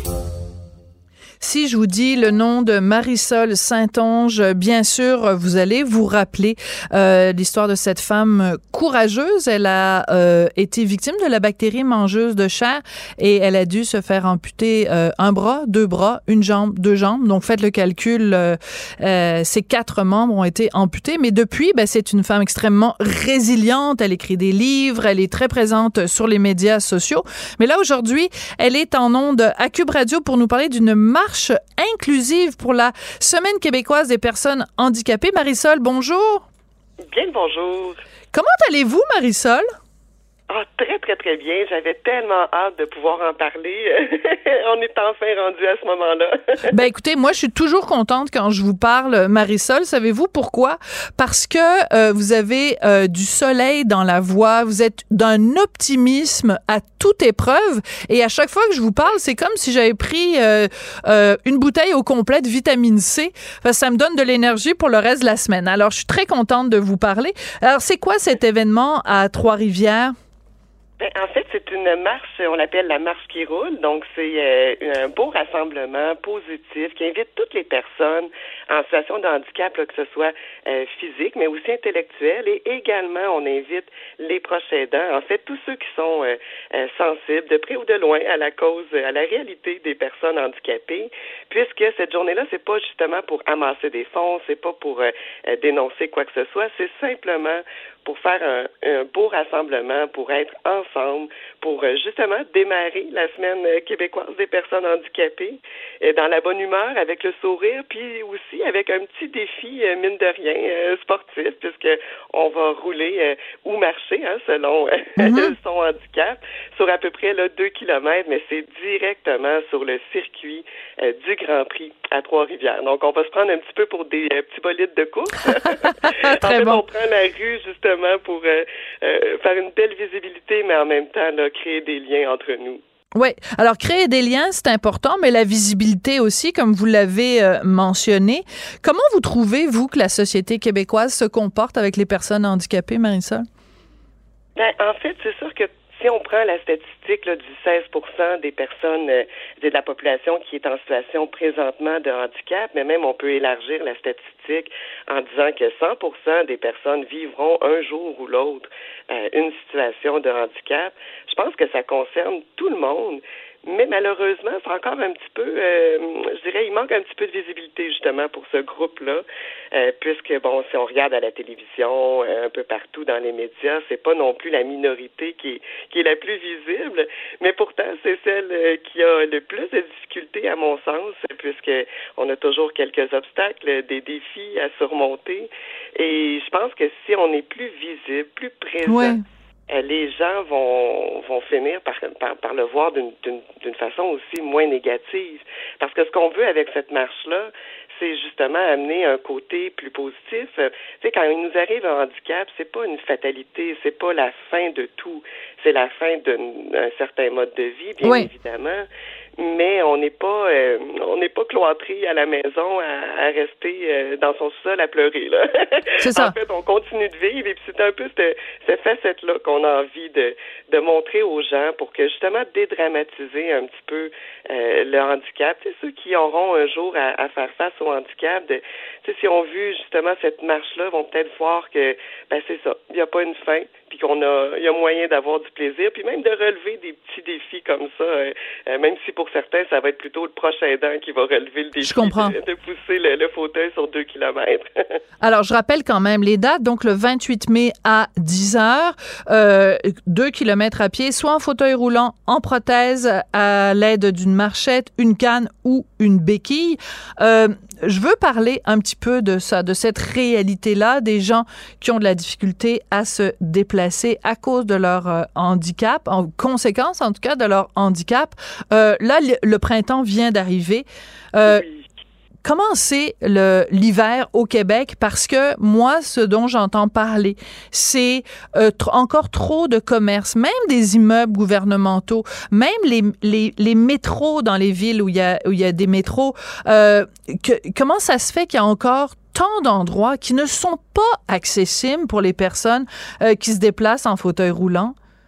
Si je vous dis le nom de Marisol Saint-Onge, bien sûr, vous allez vous rappeler euh, l'histoire de cette femme courageuse. Elle a euh, été victime de la bactérie mangeuse de chair et elle a dû se faire amputer euh, un bras, deux bras, une jambe, deux jambes. Donc, faites le calcul, euh, euh, ces quatre membres ont été amputés. Mais depuis, ben, c'est une femme extrêmement résiliente. Elle écrit des livres, elle est très présente sur les médias sociaux. Mais là, aujourd'hui, elle est en ondes à Cube Radio pour nous parler d'une marche inclusive pour la Semaine québécoise des personnes handicapées. Marisol, bonjour. Bien, bonjour. Comment allez-vous, Marisol? Ah, très, très, très bien. J'avais tellement hâte de pouvoir en parler. On est enfin rendu à ce moment-là. Ben, écoutez, moi, je suis toujours contente quand je vous parle, Marisol. Savez-vous pourquoi? Parce que euh, vous avez euh, du soleil dans la voix. Vous êtes d'un optimisme à toute épreuve. Et à chaque fois que je vous parle, c'est comme si j'avais pris euh, euh, une bouteille au complet de vitamine C. Enfin, ça me donne de l'énergie pour le reste de la semaine. Alors, je suis très contente de vous parler. Alors, c'est quoi cet événement à Trois-Rivières? Ben, en fait, c'est une marche, on l'appelle la marche qui roule. Donc, c'est euh, un beau rassemblement positif qui invite toutes les personnes en situation de handicap, là, que ce soit euh, physique, mais aussi intellectuel. Et également, on invite les proches aidants, en fait, tous ceux qui sont euh, euh, sensibles, de près ou de loin, à la cause, à la réalité des personnes handicapées, puisque cette journée-là, c'est pas justement pour amasser des fonds, c'est pas pour euh, euh, dénoncer quoi que ce soit, c'est simplement pour faire un, un beau rassemblement, pour être ensemble, pour euh, justement démarrer la Semaine québécoise des personnes handicapées euh, dans la bonne humeur, avec le sourire, puis aussi avec un petit défi, euh, mine de rien, euh, sportif, puisque on va rouler euh, ou marcher, hein, selon euh, mm-hmm. son handicap, sur à peu près là, deux kilomètres, mais c'est directement sur le circuit euh, du Grand Prix à Trois-Rivières. Donc, on va se prendre un petit peu pour des euh, petits bolides de course. En fait, bon. On prend la rue, justement, pour euh, euh, faire une belle visibilité, mais en même temps, là, créer des liens entre nous. Oui. Alors, créer des liens, c'est important, mais la visibilité aussi, comme vous l'avez euh, mentionné. Comment vous trouvez, vous, que la société québécoise se comporte avec les personnes handicapées, Marisol? Ben, en fait, c'est sûr que si on prend la statistique là, du seize pour cent des personnes euh, de la population qui est en situation présentement de handicap, mais même on peut élargir la statistique en disant que cent pour cent des personnes vivront un jour ou l'autre euh, une situation de handicap. Je pense que ça concerne tout le monde. Mais malheureusement, c'est encore un petit peu, euh, je dirais, il manque un petit peu de visibilité justement pour ce groupe-là, euh, puisque, bon, si on regarde à la télévision, euh, un peu partout dans les médias, c'est pas non plus la minorité qui est, qui est la plus visible, mais pourtant, c'est celle euh, qui a le plus de difficultés à mon sens, puisque on a toujours quelques obstacles, des défis à surmonter, et je pense que si on est plus visible, plus présent, ouais. les gens vont vont finir par par, par le voir d'une, d'une d'une façon aussi moins négative. Parce que ce qu'on veut avec cette marche-là, c'est justement amener un côté plus positif. Tu sais, quand il nous arrive un handicap, c'est pas une fatalité, c'est pas la fin de tout. C'est la fin d'un certain mode de vie, bien oui. évidemment. Mais on n'est pas euh, on n'est pas cloîtré à la maison à, à rester euh, dans son sol à pleurer là. C'est ça. En fait, on continue de vivre et puis c'est un peu cette, cette facette-là qu'on a envie de, de montrer aux gens pour que justement dédramatiser un petit peu euh, le handicap. Tu sais, ceux qui auront un jour à, à faire face au handicap, de, tu sais, si on vu justement cette marche-là, vont peut-être voir que ben c'est ça, il n'y a pas une fin. Puis qu'on a, il y a moyen d'avoir du plaisir, puis même de relever des petits défis comme ça, euh, euh, même si pour certains, ça va être plutôt le proche aidant qui va relever le défi je comprends. De, de pousser le, le fauteuil sur deux kilomètres. Alors, je rappelle quand même les dates, donc le vingt-huit mai à dix heures, euh, deux kilomètres à pied, soit en fauteuil roulant, en prothèse, à l'aide d'une marchette, une canne ou une béquille. Euh, je veux parler un petit peu de ça, de cette réalité-là, des gens qui ont de la difficulté à se déplacer à cause de leur euh, handicap, en conséquence en tout cas de leur handicap. Euh, là, le, le printemps vient d'arriver. Euh, oui. Comment c'est le, l'hiver au Québec? Parce que moi, ce dont j'entends parler, c'est euh, tr- encore trop de commerces, même des immeubles gouvernementaux, même les, les, les métros dans les villes où il y a, où il y a des métros. Euh, que, comment ça se fait qu'il y a encore tant d'endroits qui ne sont pas accessibles pour les personnes euh, qui se déplacent en fauteuil roulant?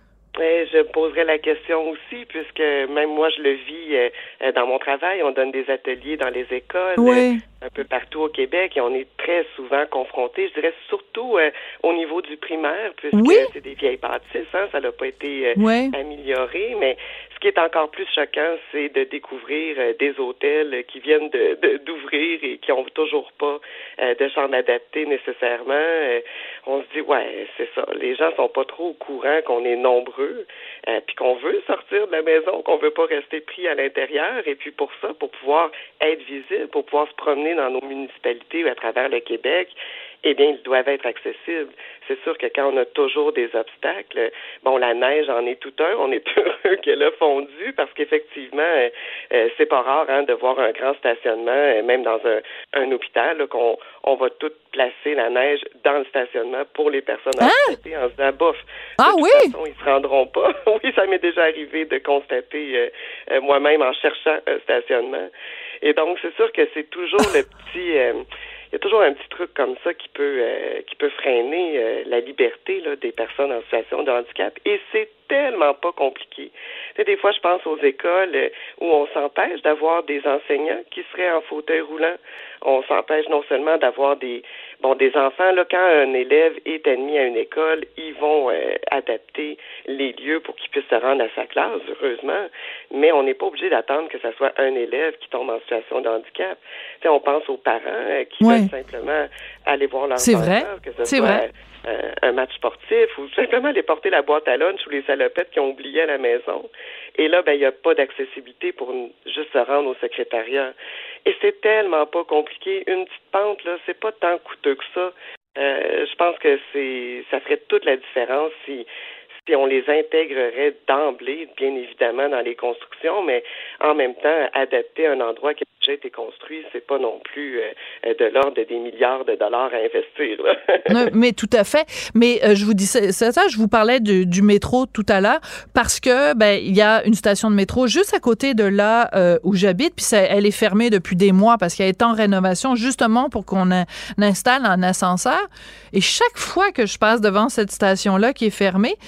Et je poserais la question aussi, puisque même moi, je le vis euh, dans mon travail. On donne des ateliers dans les écoles, oui. euh, un peu partout au Québec, et on est très souvent confrontés, je dirais surtout euh, au niveau du primaire, puisque oui. c'est des vieilles bâtisses, hein, ça n'a pas été euh, oui. amélioré, mais ce qui est encore plus choquant, c'est de découvrir euh, des hôtels qui viennent de, de, d'ouvrir et qui n'ont toujours pas euh, de chambres adaptées nécessairement. Euh, on se dit, ouais, c'est ça, les gens sont pas trop au courant qu'on est nombreux, euh, puis qu'on veut sortir de la maison, qu'on veut pas rester pris à l'intérieur, et puis pour ça, pour pouvoir être visible, pour pouvoir se promener dans nos municipalités ou à travers le Québec, eh bien, ils doivent être accessibles. C'est sûr que quand on a toujours des obstacles, bon, la neige en est tout un, on est heureux qu'elle a fondu, parce qu'effectivement, euh, euh, c'est pas rare hein, de voir un grand stationnement, euh, même dans un, un hôpital, là, qu'on on va tout placer la neige dans le stationnement pour les personnes handicapées hein? en se disant, bof, ah, de toute oui? façon, ils se rendront pas. Oui, ça m'est déjà arrivé de constater euh, euh, moi-même en cherchant un stationnement. Et donc, c'est sûr que c'est toujours le petit... Euh, il y a toujours un petit truc comme ça qui peut euh, qui peut freiner euh, la liberté là, des personnes en situation de handicap. Et c'est tellement pas compliqué. Tu sais, des fois, je pense aux écoles euh, où on s'empêche d'avoir des enseignants qui seraient en fauteuil roulant. On s'empêche non seulement d'avoir des bon des enfants, là, quand un élève est admis à une école, ils vont euh, adapter les lieux pour qu'il puisse se rendre à sa classe, heureusement, mais on n'est pas obligé d'attendre que ce soit un élève qui tombe en situation de handicap. Tu sais, on pense aux parents euh, qui ouais. veulent simplement aller voir leurs C'est enfants, vrai. que ce C'est soit vrai. Euh, un match sportif ou simplement aller porter la boîte à lunch ou les salopettes qu'ils ont oubliées à la maison. Et là, ben, il n'y a pas d'accessibilité pour juste se rendre au secrétariat. Et c'est tellement pas compliqué. Une petite pente, là, c'est pas tant coûteux que ça. Euh, je pense que c'est, ça ferait toute la différence si, si on les intégrerait d'emblée, bien évidemment, dans les constructions, mais en même temps, adapter un endroit qui a déjà été construit, c'est pas non plus euh, de l'ordre des milliards de dollars à investir. Là. Non, mais tout à fait. Mais euh, je vous dis ça, ça, je vous parlais du, du métro tout à l'heure parce que ben il y a une station de métro juste à côté de là euh, où j'habite, puis ça, elle est fermée depuis des mois parce qu'elle est en rénovation justement pour qu'on a, on installe un ascenseur. Et chaque fois que je passe devant cette station-là qui est fermée,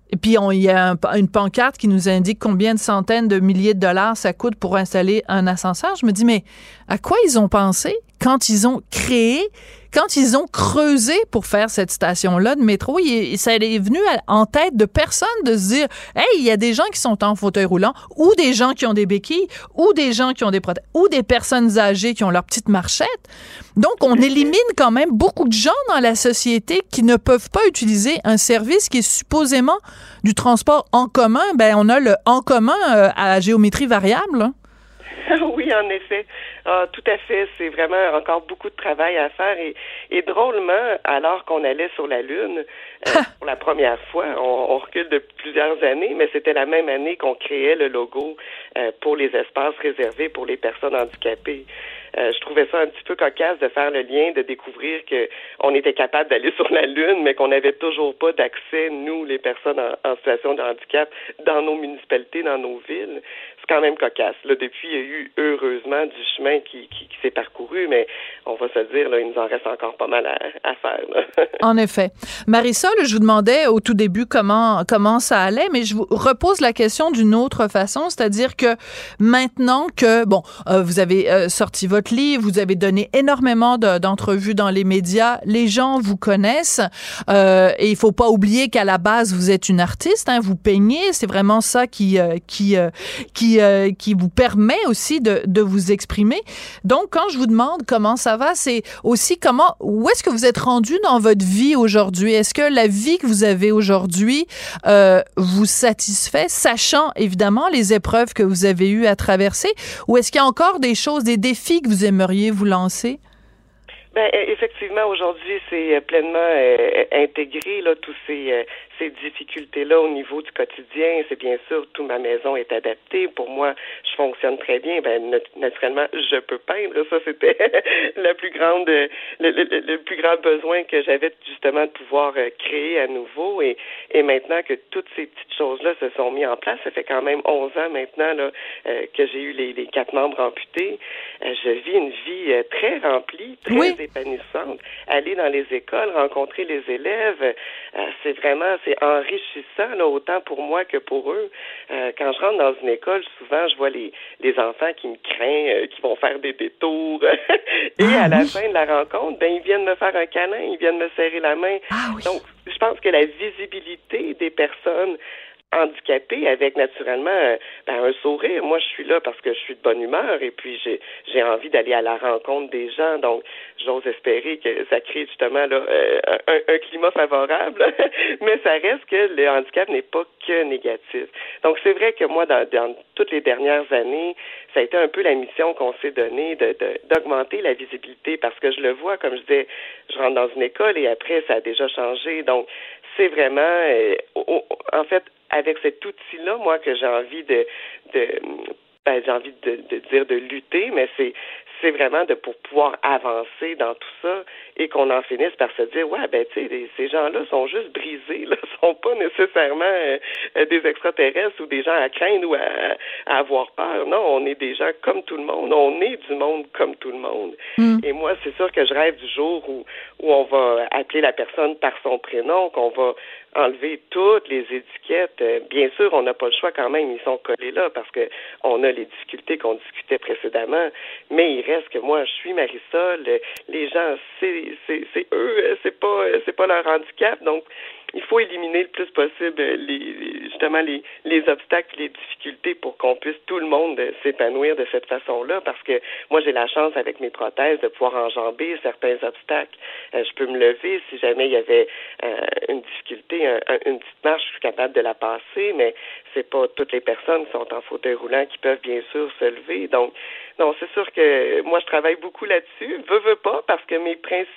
Et puis, il y a un, une pancarte qui nous indique combien de centaines de milliers de dollars ça coûte pour installer un ascenseur. Je me dis, mais à quoi ils ont pensé quand ils ont créé, quand ils ont creusé pour faire cette station-là de métro? Il, ça est venu à, en tête de personne de se dire, hey, il y a des gens qui sont en fauteuil roulant, ou des gens qui ont des béquilles, ou des gens qui ont des prothèses, ou des personnes âgées qui ont leur petite marchette. Donc, on élimine quand même beaucoup de gens dans la société qui ne peuvent pas utiliser un service qui est supposément du transport en commun. Ben, on a le en commun euh, à géométrie variable. Hein? Oui, en effet. Ah, tout à fait. C'est vraiment encore beaucoup de travail à faire. Et, et drôlement, alors qu'on allait sur la Lune, euh, pour la première fois, on, on recule de plusieurs années, mais c'était la même année qu'on créait le logo euh, pour les espaces réservés pour les personnes handicapées. Euh, je trouvais ça un petit peu cocasse de faire le lien, de découvrir que on était capable d'aller sur la Lune, mais qu'on n'avait toujours pas d'accès, nous, les personnes en, en situation de handicap, dans nos municipalités, dans nos villes. C'est quand même cocasse. Là, depuis, il y a eu, heureusement, du chemin qui, qui, qui s'est parcouru, mais on va se dire, là, il nous en reste encore pas mal à, à faire. Là. En effet. Marisol, je vous demandais au tout début comment, comment ça allait, mais je vous repose la question d'une autre façon, c'est-à-dire que maintenant que, bon, euh, vous avez euh, sorti votre livre, vous avez donné énormément de, d'entrevues dans les médias, les gens vous connaissent, euh, et il faut pas oublier qu'à la base, vous êtes une artiste, hein, vous peignez, c'est vraiment ça qui, euh, qui, euh, qui, euh, qui vous permet aussi de, de vous exprimer. Donc, quand je vous demande comment ça va, c'est aussi comment, où est-ce que vous êtes rendu dans votre vie aujourd'hui? Est-ce que la vie que vous avez aujourd'hui euh, vous satisfait, sachant évidemment les épreuves que vous avez eues à traverser, ou est-ce qu'il y a encore des choses, des défis que vous aimeriez vous lancer? Ben, effectivement, aujourd'hui, c'est pleinement euh, intégré, là, tous ces, euh, ces difficultés-là au niveau du quotidien. C'est bien sûr, toute ma maison est adaptée. Pour moi, je fonctionne très bien. Ben, naturellement, je peux peindre. Ça, c'était la plus grande, le, le, le plus grand besoin que j'avais, justement, de pouvoir euh, créer à nouveau. Et, et maintenant que toutes ces petites choses-là se sont mises en place, ça fait quand même onze ans maintenant, là, euh, que j'ai eu les, les quatre membres amputés. Euh, je vis une vie euh, très remplie, très oui. épanouissante. Aller dans les écoles, rencontrer les élèves, euh, c'est vraiment, c'est enrichissant, là, autant pour moi que pour eux. Euh, quand je rentre dans une école, souvent, je vois les, les enfants qui me craignent, euh, qui vont faire des détours. Et ah, à la oui. fin de la rencontre, ben, ils viennent me faire un câlin, ils viennent me serrer la main. Ah, oui. Donc, je pense que la visibilité des personnes handicapé avec naturellement euh, ben, un sourire. Moi, je suis là parce que je suis de bonne humeur et puis j'ai j'ai envie d'aller à la rencontre des gens. Donc, j'ose espérer que ça crée justement là euh, un, un climat favorable. Mais ça reste que le handicap n'est pas que négatif. Donc, c'est vrai que moi, dans, dans toutes les dernières années, ça a été un peu la mission qu'on s'est donnée de, de d'augmenter la visibilité parce que je le vois, comme je disais, je rentre dans une école et après, ça a déjà changé. Donc, c'est vraiment, euh, au, en fait, avec cet outil-là, moi, que j'ai envie de, de ben, j'ai envie de, de dire de lutter, mais c'est c'est vraiment de pour pouvoir avancer dans tout ça et qu'on en finisse par se dire ouais ben tu sais ces gens-là sont juste brisés, là, sont pas nécessairement euh, des extraterrestres ou des gens à craindre ou à, à avoir peur. Non, on est des gens comme tout le monde, on est du monde comme tout le monde. Mm. Et moi c'est sûr que je rêve du jour où où on va appeler la personne par son prénom, qu'on va enlever toutes les étiquettes. Bien sûr, on n'a pas le choix quand même, ils sont collés là parce que on a les difficultés qu'on discutait précédemment, mais il reste que moi, je suis Marisol, les gens, c'est, c'est, c'est eux, c'est pas, c'est pas leur handicap, donc il faut éliminer le plus possible les, justement les, les obstacles et les difficultés pour qu'on puisse tout le monde s'épanouir de cette façon-là, parce que moi, j'ai la chance avec mes prothèses de pouvoir enjamber certains obstacles. Euh, je peux me lever si jamais il y avait euh, une difficulté, un, un, une petite marche, je suis capable de la passer, mais c'est pas toutes les personnes qui sont en fauteuil roulant qui peuvent bien sûr se lever. Donc, non, c'est sûr que moi, je travaille beaucoup là-dessus. Veux, veux pas, parce que mes principes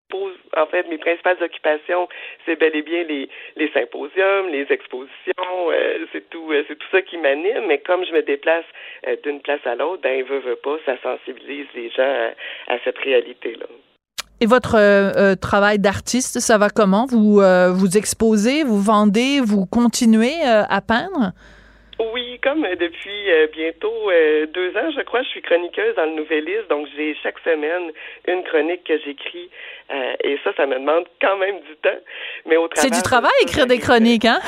En fait, mes principales occupations, c'est bel et bien les, les symposiums, les expositions, euh, c'est tout, euh, c'est tout ça qui m'anime. Mais comme je me déplace euh, d'une place à l'autre, ben, veut, veut pas, ça sensibilise les gens à, à cette réalité-là. Et votre euh, travail d'artiste, ça va comment? Vous euh, vous exposez, vous vendez, vous continuez euh, à peindre? Oui, comme euh, depuis euh, bientôt euh, deux ans, je crois, je suis chroniqueuse dans le Nouvelliste, donc j'ai chaque semaine une chronique que j'écris, euh, et ça, ça me demande quand même du temps. Mais au C'est du travail, ça, écrire des chroniques, hein?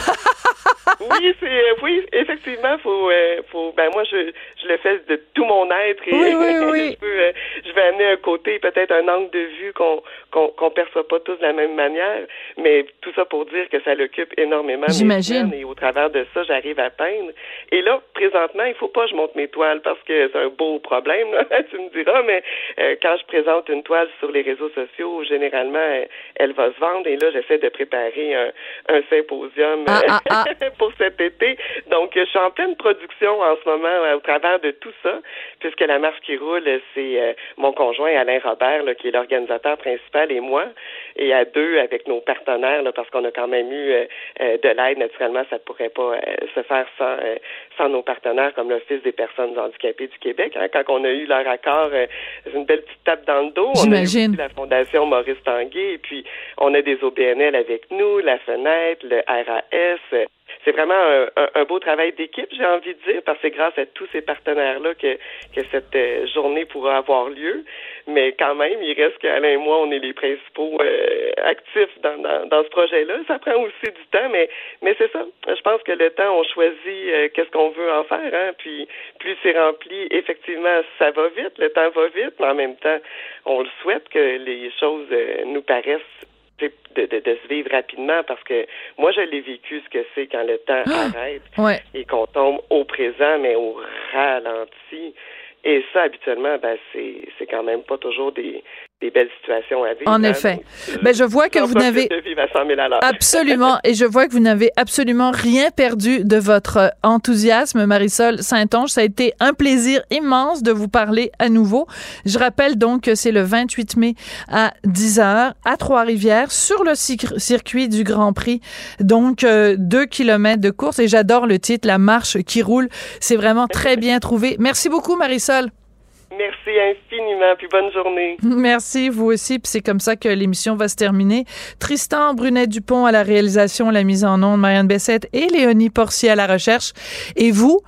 Oui, c'est euh, oui, effectivement, faut, euh, faut. Ben moi, je, je le fais de tout mon être et oui, oui, oui. je, peux, euh, je vais amener un côté, peut-être un angle de vue qu'on qu'on qu'on perçoit pas tous de la même manière, mais tout ça pour dire que ça l'occupe énormément. J'imagine. Et au travers de ça, j'arrive à peindre. Et là, présentement, il faut pas que je monte mes toiles parce que c'est un beau problème, là, tu me diras, mais euh, quand je présente une toile sur les réseaux sociaux, généralement, elle, elle va se vendre. Et là, j'essaie de préparer un, un symposium ah, ah, ah. pour cet été. Donc, je suis en pleine production en ce moment euh, au travers de tout ça, puisque la marche qui roule, c'est euh, mon conjoint Alain Robert, là, qui est l'organisateur principal, et moi, et à deux avec nos partenaires, là, parce qu'on a quand même eu euh, euh, de l'aide. Naturellement, ça ne pourrait pas euh, se faire sans, euh, sans nos partenaires comme l'Office des personnes handicapées du Québec. Hein. Quand on a eu leur accord, euh, c'est une belle petite tape dans le dos. J'imagine. On a eu la Fondation Maurice Tanguay, et puis on a des O B N L avec nous, la Fenêtre, le R A S. C'est vraiment un, un, un beau travail d'équipe, j'ai envie de dire, parce que c'est grâce à tous ces partenaires-là que, que cette euh, journée pourra avoir lieu. Mais quand même, il reste qu'Alain et moi, on est les principaux euh, actifs dans, dans, dans ce projet-là. Ça prend aussi du temps, mais mais c'est ça. Je pense que le temps, on choisit euh, qu'est-ce qu'on veut en faire, hein. Puis plus c'est rempli, effectivement, ça va vite, le temps va vite, mais en même temps, on le souhaite que les choses euh, nous paraissent De, de, de se vivre rapidement, parce que moi, je l'ai vécu, ce que c'est quand le temps ah, arrête ouais. et qu'on tombe au présent, mais au ralenti. Et ça, habituellement, ben, c'est, c'est quand même pas toujours des, des belles situations à vivre. En effet. Donc, ben, je vois que vous n'avez... de vivre à cent mille à l'heure. Absolument. Et je vois que vous n'avez absolument rien perdu de votre enthousiasme, Marisol Saint-Onge. Ça a été un plaisir immense de vous parler à nouveau. Je rappelle donc que c'est le vingt-huit mai à dix heures à Trois-Rivières, sur le circuit du Grand Prix. Donc, euh, deux kilomètres de course. Et j'adore le titre, La marche qui roule. C'est vraiment très bien trouvé. Merci beaucoup, Marisol. Merci infiniment, puis bonne journée. Merci, vous aussi, puis c'est comme ça que l'émission va se terminer. Tristan Brunet-Dupont à la réalisation, la mise en onde, Marianne Bessette et Léonie Porcier à la recherche. Et vous,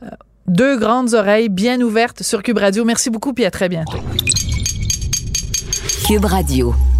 deux grandes oreilles bien ouvertes sur Cube Radio. Merci beaucoup, puis à très bientôt. Cube Radio.